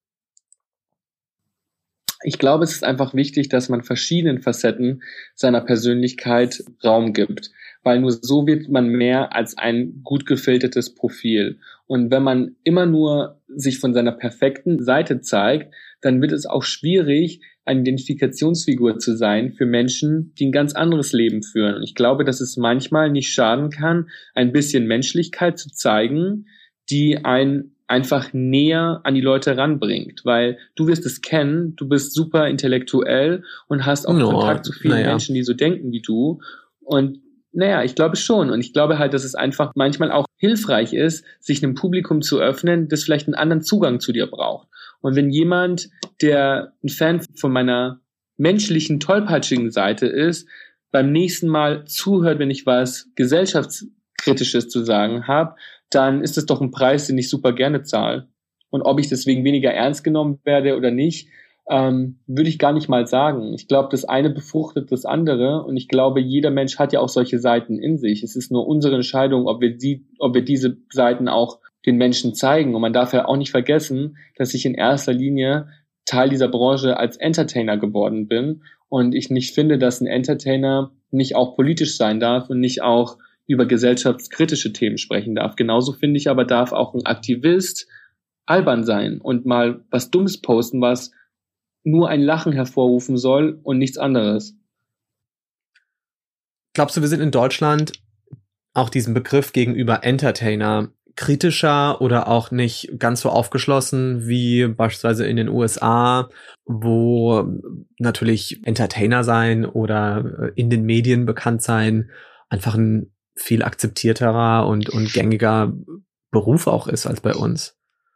Ich glaube, es ist einfach wichtig, dass man verschiedenen Facetten seiner Persönlichkeit Raum gibt, weil nur so wird man mehr als ein gut gefiltertes Profil. Und wenn man immer nur sich von seiner perfekten Seite zeigt, dann wird es auch schwierig, eine Identifikationsfigur zu sein für Menschen, die ein ganz anderes Leben führen. Und ich glaube, dass es manchmal nicht schaden kann, ein bisschen Menschlichkeit zu zeigen, die ein einfach näher an die Leute ranbringt, weil du wirst es kennen, du bist super intellektuell und hast auch no, Kontakt zu vielen naja. Menschen, die so denken wie du. Und naja, ich glaube schon. Und ich glaube halt, dass es einfach manchmal auch hilfreich ist, sich einem Publikum zu öffnen, das vielleicht einen anderen Zugang zu dir braucht. Und wenn jemand, der ein Fan von meiner menschlichen, tollpatschigen Seite ist, beim nächsten Mal zuhört, wenn ich was Gesellschaftskritisches zu sagen habe, dann ist es doch ein Preis, den ich super gerne zahle. Und ob ich deswegen weniger ernst genommen werde oder nicht, ähm, würde ich gar nicht mal sagen. Ich glaube, das eine befruchtet das andere und ich glaube, jeder Mensch hat ja auch solche Seiten in sich. Es ist nur unsere Entscheidung, ob wir die, ob wir diese Seiten auch den Menschen zeigen. Und man darf ja auch nicht vergessen, dass ich in erster Linie Teil dieser Branche als Entertainer geworden bin und ich nicht finde, dass ein Entertainer nicht auch politisch sein darf und nicht auch über gesellschaftskritische Themen sprechen darf. Genauso finde ich aber, darf auch ein Aktivist albern sein und mal was Dummes posten, was nur ein Lachen hervorrufen soll und nichts anderes. Glaubst du, wir sind in Deutschland auch diesem Begriff gegenüber Entertainer kritischer oder auch nicht ganz so aufgeschlossen wie beispielsweise in den U S A, wo natürlich Entertainer sein oder in den Medien bekannt sein einfach ein viel akzeptierterer und, und gängiger Beruf auch ist als bei uns?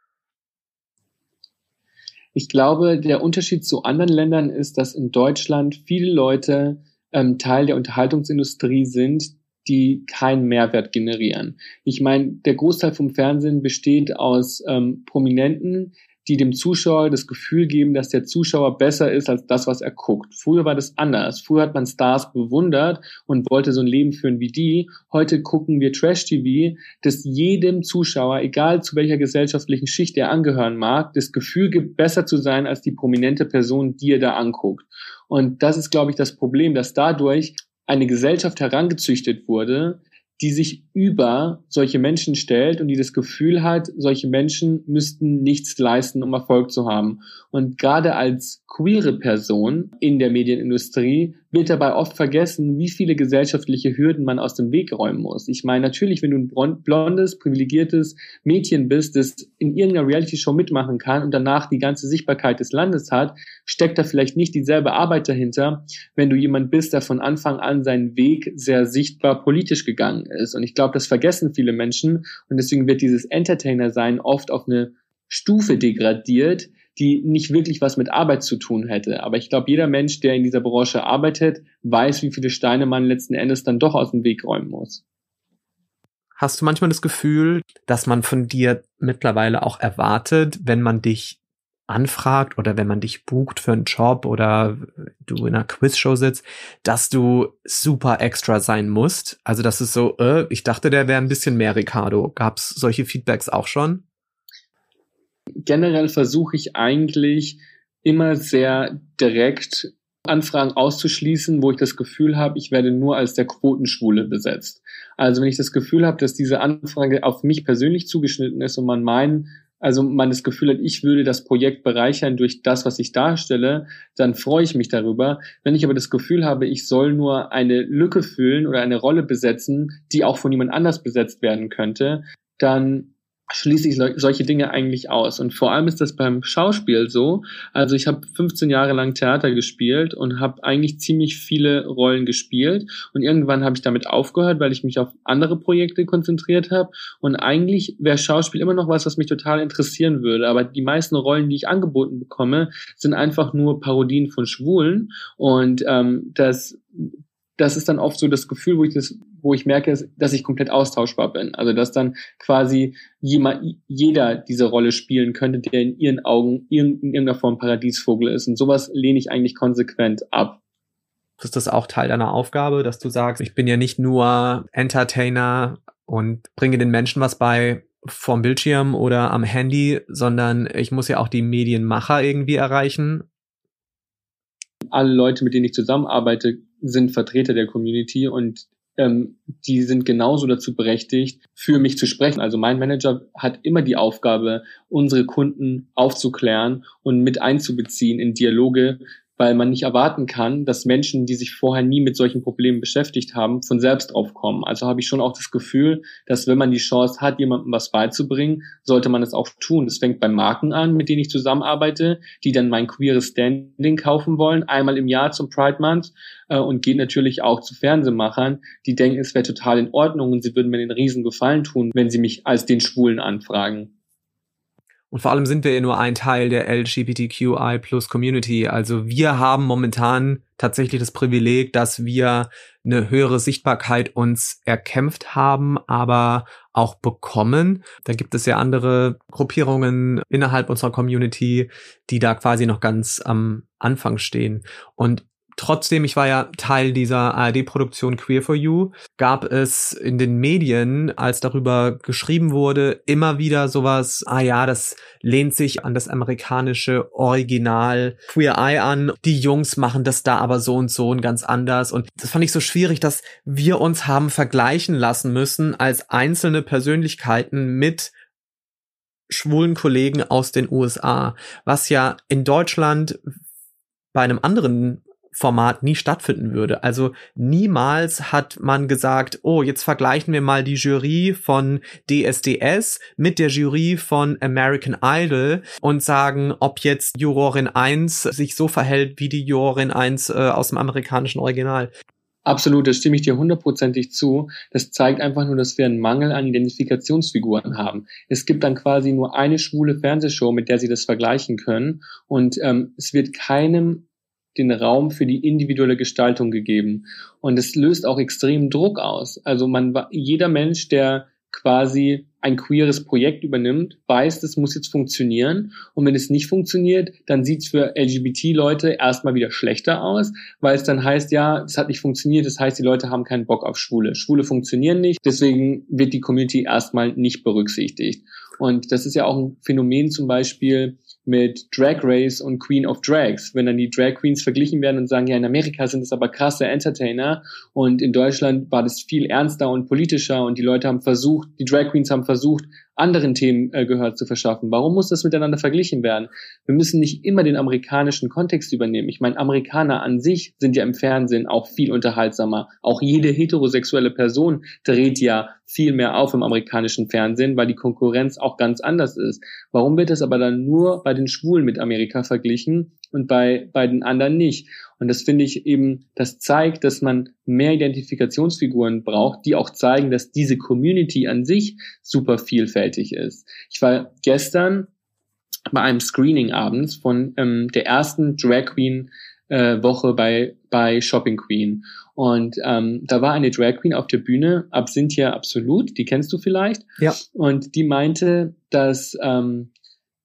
Ich glaube, der Unterschied zu anderen Ländern ist, dass in Deutschland viele Leute ähm, Teil der Unterhaltungsindustrie sind, die keinen Mehrwert generieren. Ich meine, der Großteil vom Fernsehen besteht aus ähm, Prominenten, die dem Zuschauer das Gefühl geben, dass der Zuschauer besser ist als das, was er guckt. Früher war das anders. Früher hat man Stars bewundert und wollte so ein Leben führen wie die. Heute gucken wir Trash-T V, das jedem Zuschauer, egal zu welcher gesellschaftlichen Schicht er angehören mag, das Gefühl gibt, besser zu sein als die prominente Person, die er da anguckt. Und das ist, glaube ich, das Problem, dass dadurch eine Gesellschaft herangezüchtet wurde, die sich über solche Menschen stellt und die das Gefühl hat, solche Menschen müssten nichts leisten, um Erfolg zu haben. Und gerade als queere Person in der Medienindustrie wird dabei oft vergessen, wie viele gesellschaftliche Hürden man aus dem Weg räumen muss. Ich meine, natürlich, wenn du ein blondes, privilegiertes Mädchen bist, das in irgendeiner Reality-Show mitmachen kann und danach die ganze Sichtbarkeit des Landes hat, steckt da vielleicht nicht dieselbe Arbeit dahinter, wenn du jemand bist, der von Anfang an seinen Weg sehr sichtbar politisch gegangen ist. Und ich glaube, das vergessen viele Menschen und deswegen wird dieses Entertainer-Sein oft auf eine Stufe degradiert, die nicht wirklich was mit Arbeit zu tun hätte. Aber ich glaube, jeder Mensch, der in dieser Branche arbeitet, weiß, wie viele Steine man letzten Endes dann doch aus dem Weg räumen muss. Hast du manchmal das Gefühl, dass man von dir mittlerweile auch erwartet, wenn man dich anfragt oder wenn man dich bucht für einen Job oder du in einer Quizshow sitzt, dass du super extra sein musst? Also das ist so, äh, ich dachte, der wäre ein bisschen mehr Ricardo. Gab es solche Feedbacks auch schon? Generell versuche ich eigentlich immer sehr direkt Anfragen auszuschließen, wo ich das Gefühl habe, ich werde nur als der Quotenschwule besetzt. Also wenn ich das Gefühl habe, dass diese Anfrage auf mich persönlich zugeschnitten ist und man meinen, also man das Gefühl hat, ich würde das Projekt bereichern durch das, was ich darstelle, dann freue ich mich darüber. Wenn ich aber das Gefühl habe, ich soll nur eine Lücke füllen oder eine Rolle besetzen, die auch von jemand anders besetzt werden könnte, dann schließe ich solche Dinge eigentlich aus. Und vor allem ist das beim Schauspiel so. Also ich habe fünfzehn Jahre lang Theater gespielt und habe eigentlich ziemlich viele Rollen gespielt. Und irgendwann habe ich damit aufgehört, weil ich mich auf andere Projekte konzentriert habe. Und eigentlich wäre Schauspiel immer noch was, was mich total interessieren würde. Aber die meisten Rollen, die ich angeboten bekomme, sind einfach nur Parodien von Schwulen. Und ähm, das das ist dann oft so das Gefühl, wo ich das, wo ich merke, dass ich komplett austauschbar bin. Also dass dann quasi jemand, jeder diese Rolle spielen könnte, der in ihren Augen in irgendeiner Form Paradiesvogel ist. Und sowas lehne ich eigentlich konsequent ab. Ist das auch Teil deiner Aufgabe, dass du sagst, ich bin ja nicht nur Entertainer und bringe den Menschen was bei vom Bildschirm oder am Handy, sondern ich muss ja auch die Medienmacher irgendwie erreichen? Alle Leute, mit denen ich zusammenarbeite, sind Vertreter der Community und ähm, die sind genauso dazu berechtigt, für mich zu sprechen. Also mein Manager hat immer die Aufgabe, unsere Kunden aufzuklären und mit einzubeziehen in Dialoge, weil man nicht erwarten kann, dass Menschen, die sich vorher nie mit solchen Problemen beschäftigt haben, von selbst drauf kommen. Also habe ich schon auch das Gefühl, dass wenn man die Chance hat, jemandem was beizubringen, sollte man es auch tun. Das fängt bei Marken an, mit denen ich zusammenarbeite, die dann mein queeres Standing kaufen wollen, einmal im Jahr zum Pride Month, äh, und geht natürlich auch zu Fernsehmachern, die denken, es wäre total in Ordnung und sie würden mir den riesen Gefallen tun, wenn sie mich als den Schwulen anfragen. Und vor allem sind wir ja nur ein Teil der L G B T Q I plus Community. Also wir haben momentan tatsächlich das Privileg, dass wir eine höhere Sichtbarkeit uns erkämpft haben, aber auch bekommen. Da gibt es ja andere Gruppierungen innerhalb unserer Community, die da quasi noch ganz am Anfang stehen. Und trotzdem, ich war ja Teil dieser A R D-Produktion Queer for You, gab es in den Medien, als darüber geschrieben wurde, immer wieder sowas, ah ja, das lehnt sich an das amerikanische Original Queer Eye an. Die Jungs machen das da aber so und so und ganz anders. Und das fand ich so schwierig, dass wir uns haben vergleichen lassen müssen als einzelne Persönlichkeiten mit schwulen Kollegen aus den U S A, was ja in Deutschland bei einem anderen Format nie stattfinden würde. Also niemals hat man gesagt, oh, jetzt vergleichen wir mal die Jury von D S D S mit der Jury von American Idol und sagen, ob jetzt Jurorin eins sich so verhält wie die Jurorin eins äh, aus dem amerikanischen Original. Absolut, da stimme ich dir hundertprozentig zu. Das zeigt einfach nur, dass wir einen Mangel an Identifikationsfiguren haben. Es gibt dann quasi nur eine schwule Fernsehshow, mit der sie das vergleichen können, und ähm, es wird keinem den Raum für die individuelle Gestaltung gegeben. Und es löst auch extremen Druck aus. Also man, jeder Mensch, der quasi ein queeres Projekt übernimmt, weiß, das muss jetzt funktionieren. Und wenn es nicht funktioniert, dann sieht es für L G B T-Leute erstmal wieder schlechter aus, weil es dann heißt, ja, das hat nicht funktioniert, das heißt, die Leute haben keinen Bock auf Schwule. Schwule funktionieren nicht, deswegen wird die Community erstmal nicht berücksichtigt. Und das ist ja auch ein Phänomen zum Beispiel mit Drag Race und Queen of Drags, wenn dann die Drag Queens verglichen werden und sagen, ja, in Amerika sind es aber krasse Entertainer und in Deutschland war das viel ernster und politischer und die Leute haben versucht, die Drag Queens haben versucht, anderen Themen äh, Gehör zu verschaffen. Warum muss das miteinander verglichen werden? Wir müssen nicht immer den amerikanischen Kontext übernehmen. Ich meine, Amerikaner an sich sind ja im Fernsehen auch viel unterhaltsamer. Auch jede heterosexuelle Person dreht ja viel mehr auf im amerikanischen Fernsehen, weil die Konkurrenz auch ganz anders ist. Warum wird das aber dann nur bei den Schwulen mit Amerika verglichen und bei, bei den anderen nicht? Und das finde ich eben, das zeigt, dass man mehr Identifikationsfiguren braucht, die auch zeigen, dass diese Community an sich super vielfältig ist. Ich war gestern bei einem Screening abends von ähm, der ersten Drag Queen äh, Woche bei bei Shopping Queen. Und ähm, da war eine Drag Queen auf der Bühne, Absinthia Absolut, die kennst du vielleicht. Ja. Und die meinte, dass ähm,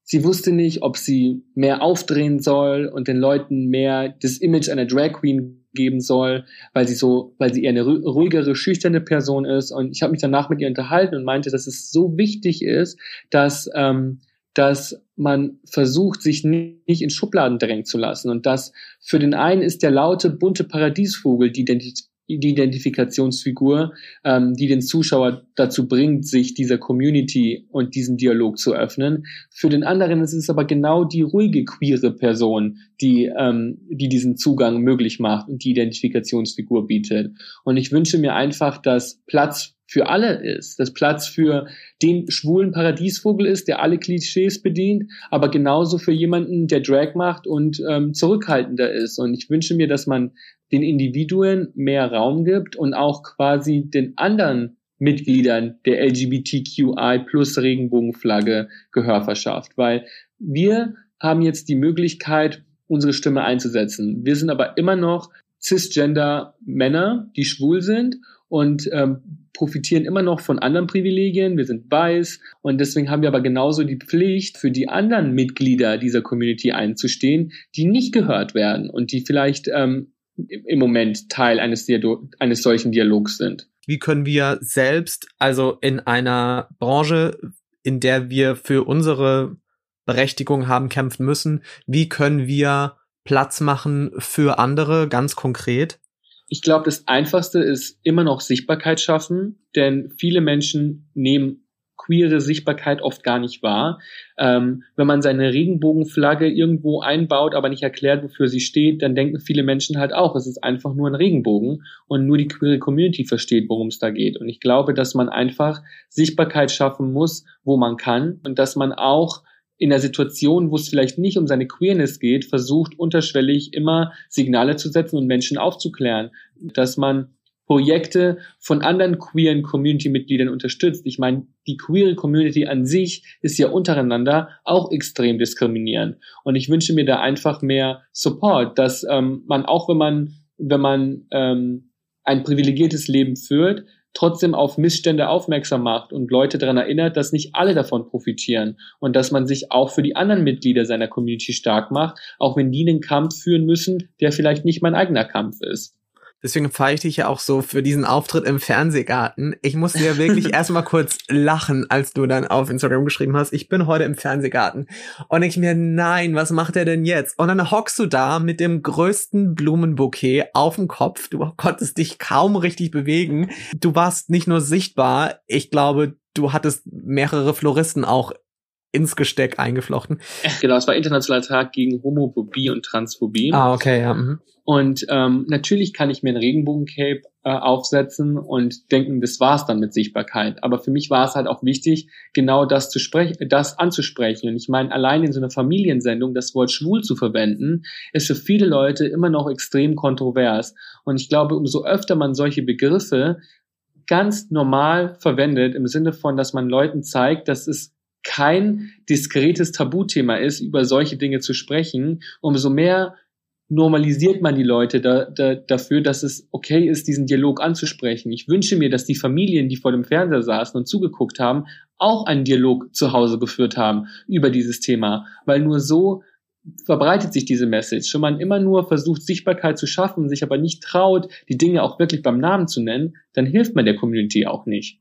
sie wusste nicht, ob sie mehr aufdrehen soll und den Leuten mehr das Image einer Drag Queen geben soll, weil sie so, weil sie eher eine ruhigere, schüchterne Person ist. Und ich habe mich danach mit ihr unterhalten und meinte, dass es so wichtig ist, dass ähm, dass man versucht, sich nicht in Schubladen drängen zu lassen. Und dass für den einen ist der laute, bunte Paradiesvogel die, Identif- die Identifikationsfigur, ähm, die den Zuschauer dazu bringt, sich dieser Community und diesem Dialog zu öffnen. Für den anderen ist es aber genau die ruhige, queere Person, die, ähm, die diesen Zugang möglich macht und die Identifikationsfigur bietet. Und ich wünsche mir einfach, dass Platz für alle ist, dass Platz für den schwulen Paradiesvogel ist, der alle Klischees bedient, aber genauso für jemanden, der Drag macht und ähm, zurückhaltender ist. Und ich wünsche mir, dass man den Individuen mehr Raum gibt und auch quasi den anderen Mitgliedern der L G B T Q I plus Regenbogenflagge Gehör verschafft, weil wir haben jetzt die Möglichkeit, unsere Stimme einzusetzen. Wir sind aber immer noch cisgender Männer, die schwul sind und ähm, profitieren immer noch von anderen Privilegien. Wir sind weiß und deswegen haben wir aber genauso die Pflicht, für die anderen Mitglieder dieser Community einzustehen, die nicht gehört werden und die vielleicht ähm, im Moment Teil eines, Dialog- eines solchen Dialogs sind. Wie können wir selbst, also in einer Branche, in der wir für unsere Berechtigung haben kämpfen müssen, wie können wir Platz machen für andere, ganz konkret? Ich glaube, das Einfachste ist immer noch Sichtbarkeit schaffen, denn viele Menschen nehmen queere Sichtbarkeit oft gar nicht wahr. Ähm, wenn man seine Regenbogenflagge irgendwo einbaut, aber nicht erklärt, wofür sie steht, dann denken viele Menschen halt auch, es ist einfach nur ein Regenbogen und nur die queere Community versteht, worum es da geht. Und ich glaube, dass man einfach Sichtbarkeit schaffen muss, wo man kann und dass man auch in der Situation, wo es vielleicht nicht um seine Queerness geht, versucht unterschwellig immer Signale zu setzen und Menschen aufzuklären, dass man Projekte von anderen queeren Community-Mitgliedern unterstützt. Ich meine, die queere Community an sich ist ja untereinander auch extrem diskriminierend. Und ich wünsche mir da einfach mehr Support, dass ähm, man auch, wenn man wenn man ähm, ein privilegiertes Leben führt, trotzdem auf Missstände aufmerksam macht und Leute daran erinnert, dass nicht alle davon profitieren und dass man sich auch für die anderen Mitglieder seiner Community stark macht, auch wenn die einen Kampf führen müssen, der vielleicht nicht mein eigener Kampf ist. Deswegen feiere ich dich ja auch so für diesen Auftritt im Fernsehgarten. Ich musste ja wirklich erstmal kurz lachen, als du dann auf Instagram geschrieben hast, ich bin heute im Fernsehgarten. Und ich mir, nein, was macht er denn jetzt? Und dann hockst du da mit dem größten Blumenbouquet auf dem Kopf. Du konntest dich kaum richtig bewegen. Du warst nicht nur sichtbar, ich glaube, du hattest mehrere Floristen auch ins Gesteck eingeflochten. Genau, es war Internationaler Tag gegen Homophobie und Transphobie. Ah, okay, ja. Mhm. Und ähm, natürlich kann ich mir ein Regenbogencape äh, aufsetzen und denken, das war's dann mit Sichtbarkeit. Aber für mich war es halt auch wichtig, genau das zu sprechen, das anzusprechen. Und ich meine, allein in so einer Familiensendung das Wort schwul zu verwenden, ist für viele Leute immer noch extrem kontrovers. Und ich glaube, umso öfter man solche Begriffe ganz normal verwendet, im Sinne von, dass man Leuten zeigt, dass es kein diskretes Tabuthema ist, über solche Dinge zu sprechen, umso mehr normalisiert man die Leute da, da, dafür, dass es okay ist, diesen Dialog anzusprechen. Ich wünsche mir, dass die Familien, die vor dem Fernseher saßen und zugeguckt haben, auch einen Dialog zu Hause geführt haben über dieses Thema, weil nur so verbreitet sich diese Message. Wenn man immer nur versucht, Sichtbarkeit zu schaffen, sich aber nicht traut, die Dinge auch wirklich beim Namen zu nennen, dann hilft man der Community auch nicht.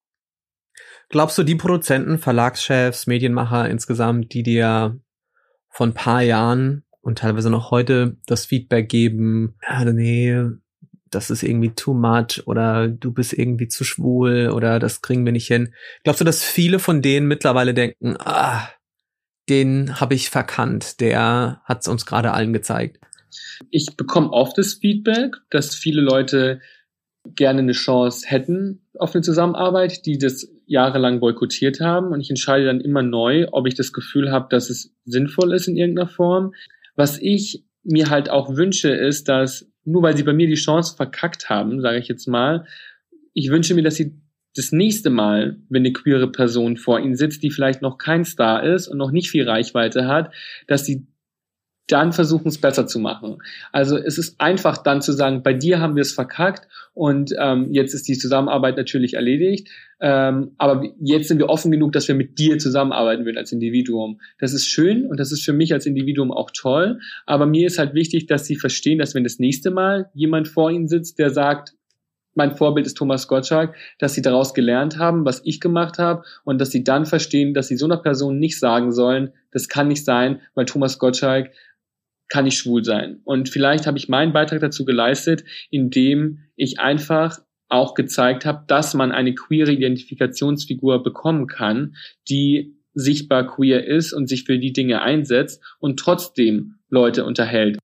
Glaubst du, die Produzenten, Verlagschefs, Medienmacher insgesamt, die dir vor ein paar Jahren und teilweise noch heute das Feedback geben, ja, nee, das ist irgendwie too much oder du bist irgendwie zu schwul oder das kriegen wir nicht hin. Glaubst du, dass viele von denen mittlerweile denken, ah, den habe ich verkannt, der hat es uns gerade allen gezeigt? Ich bekomme oft das Feedback, dass viele Leute gerne eine Chance hätten auf eine Zusammenarbeit, die das jahrelang boykottiert haben, und ich entscheide dann immer neu, ob ich das Gefühl habe, dass es sinnvoll ist in irgendeiner Form. Was ich mir halt auch wünsche, ist, dass, nur weil sie bei mir die Chance verkackt haben, sage ich jetzt mal, ich wünsche mir, dass sie das nächste Mal, wenn eine queere Person vor ihnen sitzt, die vielleicht noch kein Star ist und noch nicht viel Reichweite hat, dass sie dann versuchen es besser zu machen. Also es ist einfach dann zu sagen, bei dir haben wir es verkackt und ähm, jetzt ist die Zusammenarbeit natürlich erledigt, ähm, aber jetzt sind wir offen genug, dass wir mit dir zusammenarbeiten würden als Individuum. Das ist schön und das ist für mich als Individuum auch toll, aber mir ist halt wichtig, dass sie verstehen, dass wenn das nächste Mal jemand vor ihnen sitzt, der sagt, mein Vorbild ist Thomas Gottschalk, dass sie daraus gelernt haben, was ich gemacht habe und dass sie dann verstehen, dass sie so einer Person nicht sagen sollen, das kann nicht sein, weil Thomas Gottschalk kann nicht schwul sein. Und vielleicht habe ich meinen Beitrag dazu geleistet, indem ich einfach auch gezeigt habe, dass man eine queere Identifikationsfigur bekommen kann, die sichtbar queer ist und sich für die Dinge einsetzt und trotzdem Leute unterhält.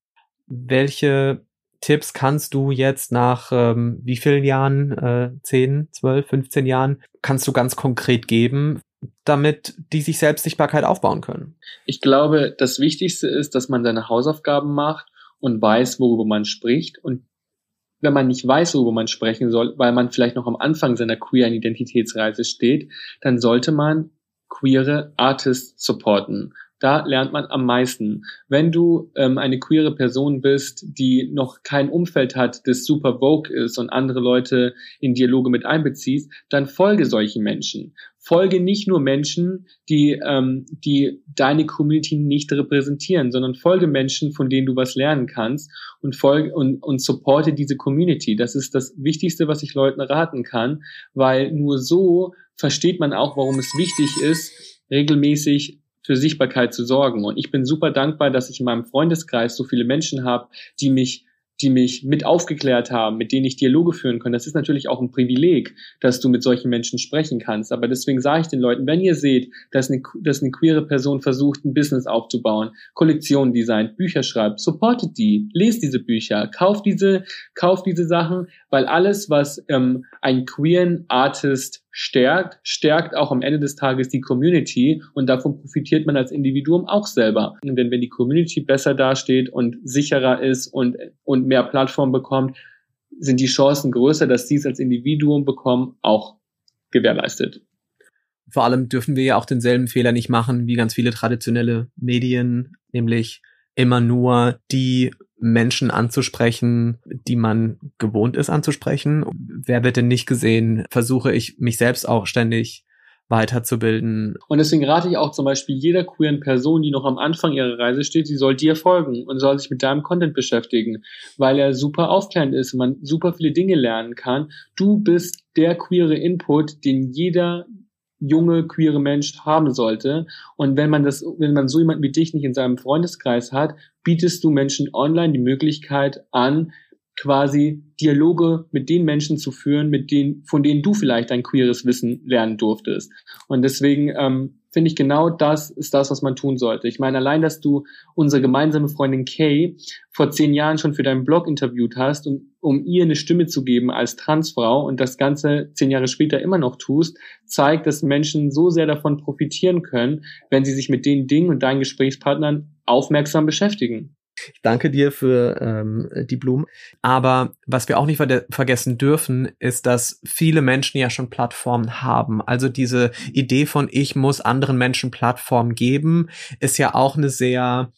Welche Tipps kannst du jetzt nach ähm, wie vielen Jahren, äh, zehn, zwölf, fünfzehn Jahren, kannst du ganz konkret geben, damit die sich Selbstsichtbarkeit aufbauen können? Ich glaube, das Wichtigste ist, dass man seine Hausaufgaben macht und weiß, worüber man spricht. Und wenn man nicht weiß, worüber man sprechen soll, weil man vielleicht noch am Anfang seiner queeren Identitätsreise steht, dann sollte man queere Artists supporten. Da lernt man am meisten. Wenn du ähm, eine queere Person bist, die noch kein Umfeld hat, das super vogue ist und andere Leute in Dialoge mit einbeziehst, dann folge solchen Menschen. Folge nicht nur Menschen, die ähm, die deine Community nicht repräsentieren, sondern folge Menschen, von denen du was lernen kannst und folge und, und supporte diese Community. Das ist das Wichtigste, was ich Leuten raten kann, weil nur so versteht man auch, warum es wichtig ist, regelmäßig für Sichtbarkeit zu sorgen. Und ich bin super dankbar, dass ich in meinem Freundeskreis so viele Menschen habe, die mich die mich mit aufgeklärt haben, mit denen ich Dialoge führen kann. Das ist natürlich auch ein Privileg, dass du mit solchen Menschen sprechen kannst. Aber deswegen sage ich den Leuten, wenn ihr seht, dass eine, dass eine queere Person versucht, ein Business aufzubauen, Kollektionen designt, Bücher schreibt, supportet die, lest diese Bücher, kauft diese, kauft diese Sachen, weil alles, was ähm, einen queeren Artist stärkt, stärkt auch am Ende des Tages die Community und davon profitiert man als Individuum auch selber. Denn wenn die Community besser dasteht und sicherer ist und, und mehr Plattform bekommt, sind die Chancen größer, dass sie es als Individuum bekommen, auch gewährleistet. Vor allem dürfen wir ja auch denselben Fehler nicht machen wie ganz viele traditionelle Medien, nämlich immer nur die Menschen anzusprechen, die man gewohnt ist anzusprechen. Wer wird denn nicht gesehen? Versuche ich, mich selbst auch ständig weiterzubilden. Und deswegen rate ich auch zum Beispiel jeder queeren Person, die noch am Anfang ihrer Reise steht, sie soll dir folgen und soll sich mit deinem Content beschäftigen, weil er super aufklärend ist, man super viele Dinge lernen kann. Du bist der queere Input, den jeder junge, queere Mensch haben sollte. Und wenn man das, wenn man so jemanden wie dich nicht in seinem Freundeskreis hat, bietest du Menschen online die Möglichkeit an, quasi Dialoge mit den Menschen zu führen, mit denen, von denen du vielleicht dein queeres Wissen lernen durftest. Und deswegen ähm, finde ich, genau das ist das, was man tun sollte. Ich meine, allein, dass du unsere gemeinsame Freundin Kay vor zehn Jahren schon für deinen Blog interviewt hast, und, um ihr eine Stimme zu geben als Transfrau und das Ganze zehn Jahre später immer noch tust, zeigt, dass Menschen so sehr davon profitieren können, wenn sie sich mit den Dingen und deinen Gesprächspartnern aufmerksam beschäftigen. Ich danke dir für ähm, die Blumen. Aber was wir auch nicht ver- vergessen dürfen, ist, dass viele Menschen ja schon Plattformen haben. Also diese Idee von ich muss anderen Menschen Plattformen geben, ist ja auch eine sehr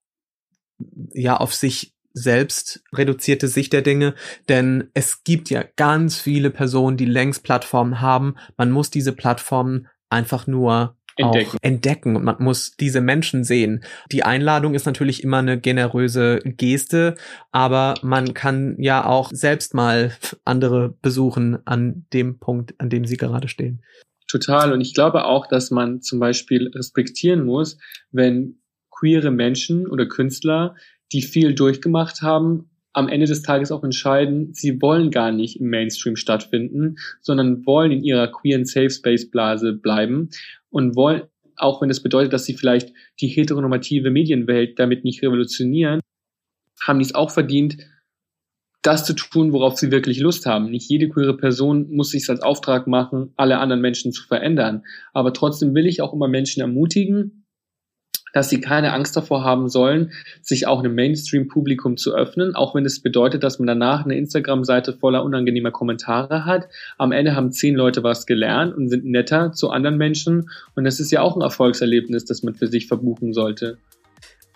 ja auf sich selbst reduzierte Sicht der Dinge. Denn es gibt ja ganz viele Personen, die längst Plattformen haben. Man muss diese Plattformen einfach nur Entdecken. Auch entdecken und man muss diese Menschen sehen. Die Einladung ist natürlich immer eine generöse Geste, aber man kann ja auch selbst mal andere besuchen an dem Punkt, an dem sie gerade stehen. Total. Und ich glaube auch, dass man zum Beispiel respektieren muss, wenn queere Menschen oder Künstler, die viel durchgemacht haben, am Ende des Tages auch entscheiden, sie wollen gar nicht im Mainstream stattfinden, sondern wollen in ihrer queeren Safe Space Blase bleiben und wollen, auch wenn das bedeutet, dass sie vielleicht die heteronormative Medienwelt damit nicht revolutionieren, haben die es auch verdient, das zu tun, worauf sie wirklich Lust haben. Nicht jede queere Person muss sich als Auftrag machen, alle anderen Menschen zu verändern. Aber trotzdem will ich auch immer Menschen ermutigen, dass sie keine Angst davor haben sollen, sich auch einem Mainstream-Publikum zu öffnen, auch wenn es bedeutet, dass man danach eine Instagram-Seite voller unangenehmer Kommentare hat. Am Ende haben zehn Leute was gelernt und sind netter zu anderen Menschen. Und das ist ja auch ein Erfolgserlebnis, das man für sich verbuchen sollte.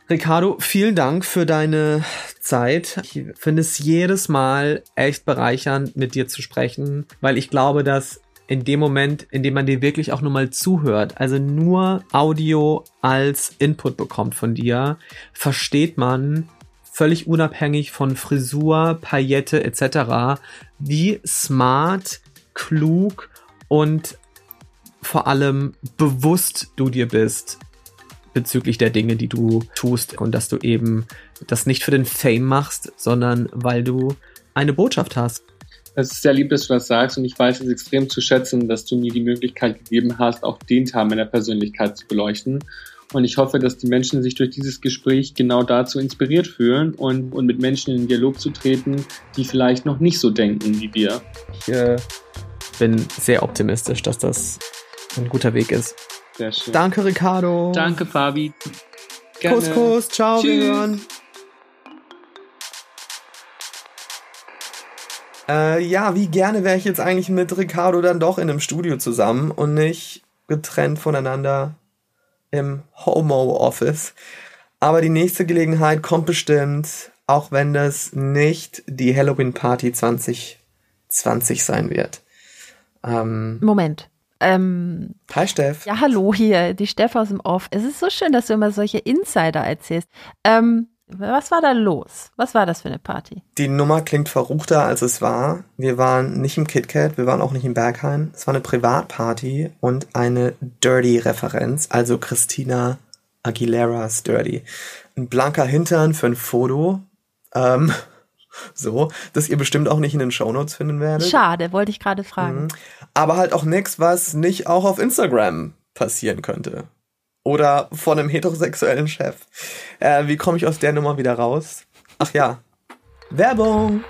Ricardo, vielen Dank für deine Zeit. Ich finde es jedes Mal echt bereichernd, mit dir zu sprechen, weil ich glaube, dass in dem Moment, in dem man dir wirklich auch nur mal zuhört, also nur Audio als Input bekommt von dir, versteht man völlig unabhängig von Frisur, Paillette et cetera, wie smart, klug und vor allem bewusst du dir bist bezüglich der Dinge, die du tust und dass du eben das nicht für den Fame machst, sondern weil du eine Botschaft hast. Es ist sehr lieb, dass du das sagst und ich weiß es extrem zu schätzen, dass du mir die Möglichkeit gegeben hast, auch den Teil meiner Persönlichkeit zu beleuchten. Und ich hoffe, dass die Menschen sich durch dieses Gespräch genau dazu inspiriert fühlen und, und mit Menschen in den Dialog zu treten, die vielleicht noch nicht so denken wie wir. Ich äh, bin sehr optimistisch, dass das ein guter Weg ist. Sehr schön. Danke, Ricardo. Danke, Fabi. Gerne. Kuss, Kuss. Ciao, Tschüss. wir hören. Äh, ja, wie gerne wäre ich jetzt eigentlich mit Ricardo dann doch in einem Studio zusammen und nicht getrennt voneinander im Homo-Office. Aber die nächste Gelegenheit kommt bestimmt, auch wenn das nicht die Halloween-Party zwanzig zwanzig sein wird. Ähm, Moment. Ähm, Hi, Steff. ja, hallo hier, die Steff aus dem Off. Es ist so schön, dass du immer solche Insider erzählst. Ähm, was war da los? Was war das für eine Party? Die Nummer klingt verruchter, als es war. Wir waren nicht im KitKat, wir waren auch nicht im Berghain. Es war eine Privatparty und eine Dirty-Referenz, also Christina Aguilera's Dirty. Ein blanker Hintern für ein Foto, ähm, so, das ihr bestimmt auch nicht in den Shownotes finden werdet. Schade, wollte ich gerade fragen. Mhm. Aber halt auch nichts, was nicht auch auf Instagram passieren könnte. Oder von einem heterosexuellen Chef. Äh, wie komme ich aus der Nummer wieder raus? Ach ja, Werbung!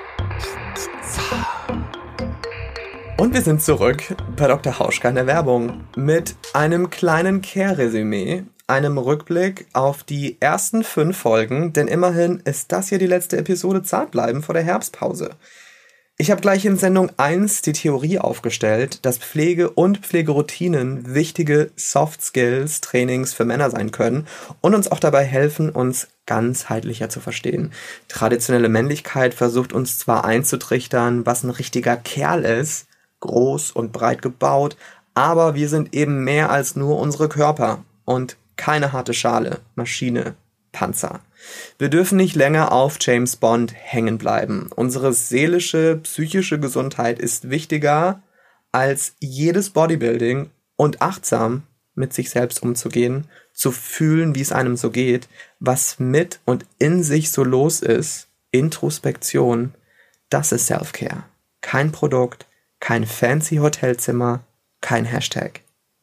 Und wir sind zurück bei Doktor Hauschka in der Werbung mit einem kleinen Care-Resümee, einem Rückblick auf die ersten fünf Folgen, denn immerhin ist das hier die letzte Episode Zartbleiben vor der Herbstpause. Ich habe gleich in Sendung eins die Theorie aufgestellt, dass Pflege und Pflegeroutinen wichtige Soft-Skills-Trainings für Männer sein können und uns auch dabei helfen, uns ganzheitlicher zu verstehen. Traditionelle Männlichkeit versucht uns zwar einzutrichtern, was ein richtiger Kerl ist, groß und breit gebaut, aber wir sind eben mehr als nur unsere Körper und keine harte Schale, Maschine, Panzer. Wir dürfen nicht länger auf James Bond hängen bleiben. Unsere seelische, psychische Gesundheit ist wichtiger als jedes Bodybuilding und achtsam mit sich selbst umzugehen, zu fühlen, wie es einem so geht, was mit und in sich so los ist. Introspektion, das ist Self-Care. Kein Produkt, kein fancy Hotelzimmer, kein Hashtag.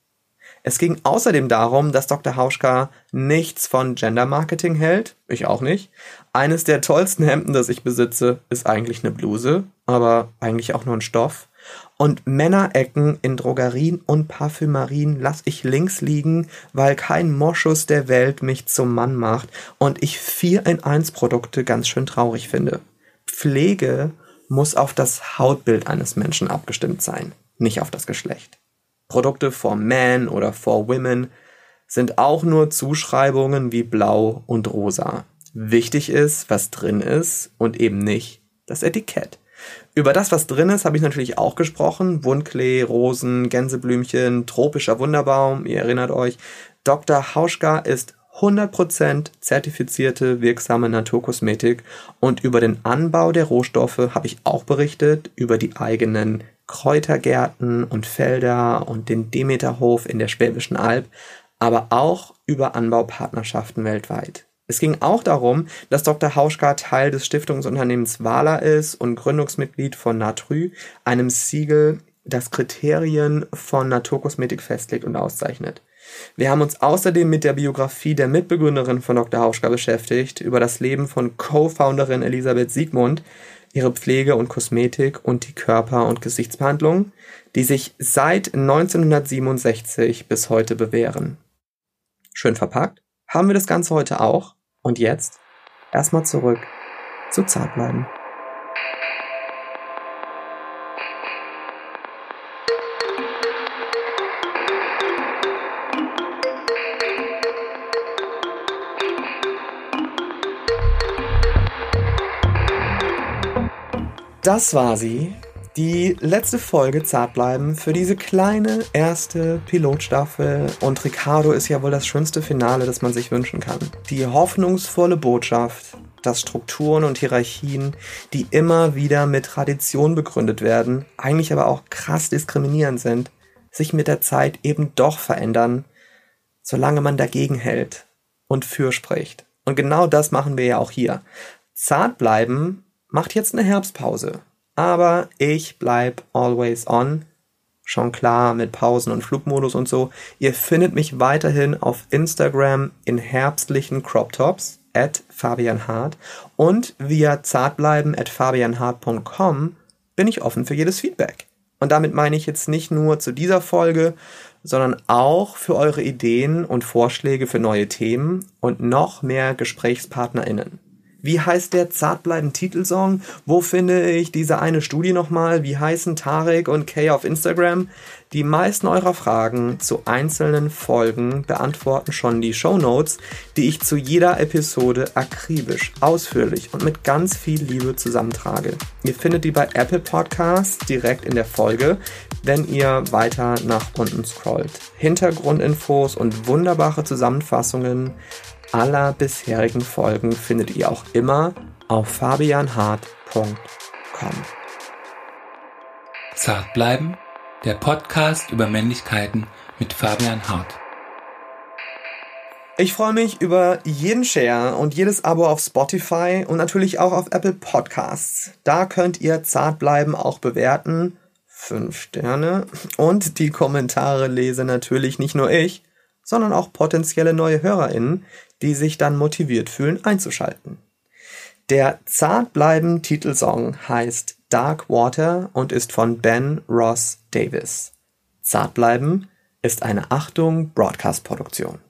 Es ging außerdem darum, dass Doktor Hauschka nichts von Gender-Marketing hält. Ich auch nicht. Eines der tollsten Hemden, das ich besitze, ist eigentlich eine Bluse, aber eigentlich auch nur ein Stoff. Und Männerecken in Drogerien und Parfümerien lasse ich links liegen, weil kein Moschus der Welt mich zum Mann macht und ich vier in eins Produkte ganz schön traurig finde. Pflege muss auf das Hautbild eines Menschen abgestimmt sein, nicht auf das Geschlecht. Produkte for Men oder for Women sind auch nur Zuschreibungen wie blau und rosa. Wichtig ist, was drin ist und eben nicht das Etikett. Über das, was drin ist, habe ich natürlich auch gesprochen. Wundklee, Rosen, Gänseblümchen, tropischer Wunderbaum, ihr erinnert euch. Doktor Hauschka ist hundert Prozent zertifizierte, wirksame Naturkosmetik und über den Anbau der Rohstoffe habe ich auch berichtet, über die eigenen Kräutergärten und Felder und den Demeterhof in der Schwäbischen Alb, aber auch über Anbaupartnerschaften weltweit. Es ging auch darum, dass Doktor Hauschka Teil des Stiftungsunternehmens Wala ist und Gründungsmitglied von Natrü, einem Siegel, das Kriterien von Naturkosmetik festlegt und auszeichnet. Wir haben uns außerdem mit der Biografie der Mitbegründerin von Doktor Hauschka beschäftigt, über das Leben von Co-Founderin Elisabeth Siegmund, ihre Pflege und Kosmetik und die Körper- und Gesichtsbehandlung, die sich seit neunzehnhundertsiebenundsechzig bis heute bewähren. Schön verpackt haben wir das Ganze heute auch. Und jetzt erstmal zurück zu Zartbleiben. Das war sie. Die letzte Folge Zartbleiben für diese kleine erste Pilotstaffel. Und Ricardo ist ja wohl das schönste Finale, das man sich wünschen kann. Die hoffnungsvolle Botschaft, dass Strukturen und Hierarchien, die immer wieder mit Tradition begründet werden, eigentlich aber auch krass diskriminierend sind, sich mit der Zeit eben doch verändern, solange man dagegen hält und fürspricht. Und genau das machen wir ja auch hier. Zartbleiben macht jetzt eine Herbstpause. Aber ich bleib always on. Schon klar mit Pausen und Flugmodus und so. Ihr findet mich weiterhin auf Instagram in herbstlichen Croptops at Fabian Hart und via zartbleiben at fabianhart punkt com bin ich offen für jedes Feedback. Und damit meine ich jetzt nicht nur zu dieser Folge, sondern auch für eure Ideen und Vorschläge für neue Themen und noch mehr GesprächspartnerInnen. Wie heißt der Zartbleiben-Titelsong? Wo finde ich diese eine Studie nochmal? Wie heißen Tarek und Kay auf Instagram? Die meisten eurer Fragen zu einzelnen Folgen beantworten schon die Shownotes, die ich zu jeder Episode akribisch, ausführlich und mit ganz viel Liebe zusammentrage. Ihr findet die bei Apple Podcasts direkt in der Folge, wenn ihr weiter nach unten scrollt. Hintergrundinfos und wunderbare Zusammenfassungen aller bisherigen Folgen findet ihr auch immer auf fabianhart punkt com. Zartbleiben, der Podcast über Männlichkeiten mit Fabian Hart. Ich freue mich über jeden Share und jedes Abo auf Spotify und natürlich auch auf Apple Podcasts. Da könnt ihr Zartbleiben auch bewerten. Fünf Sterne. Und die Kommentare lese natürlich nicht nur ich, sondern auch potenzielle neue HörerInnen, die sich dann motiviert fühlen, einzuschalten. Der Zartbleiben-Titelsong heißt Dark Water und ist von Ben Ross Davis. Zartbleiben ist eine Achtung Broadcast-Produktion.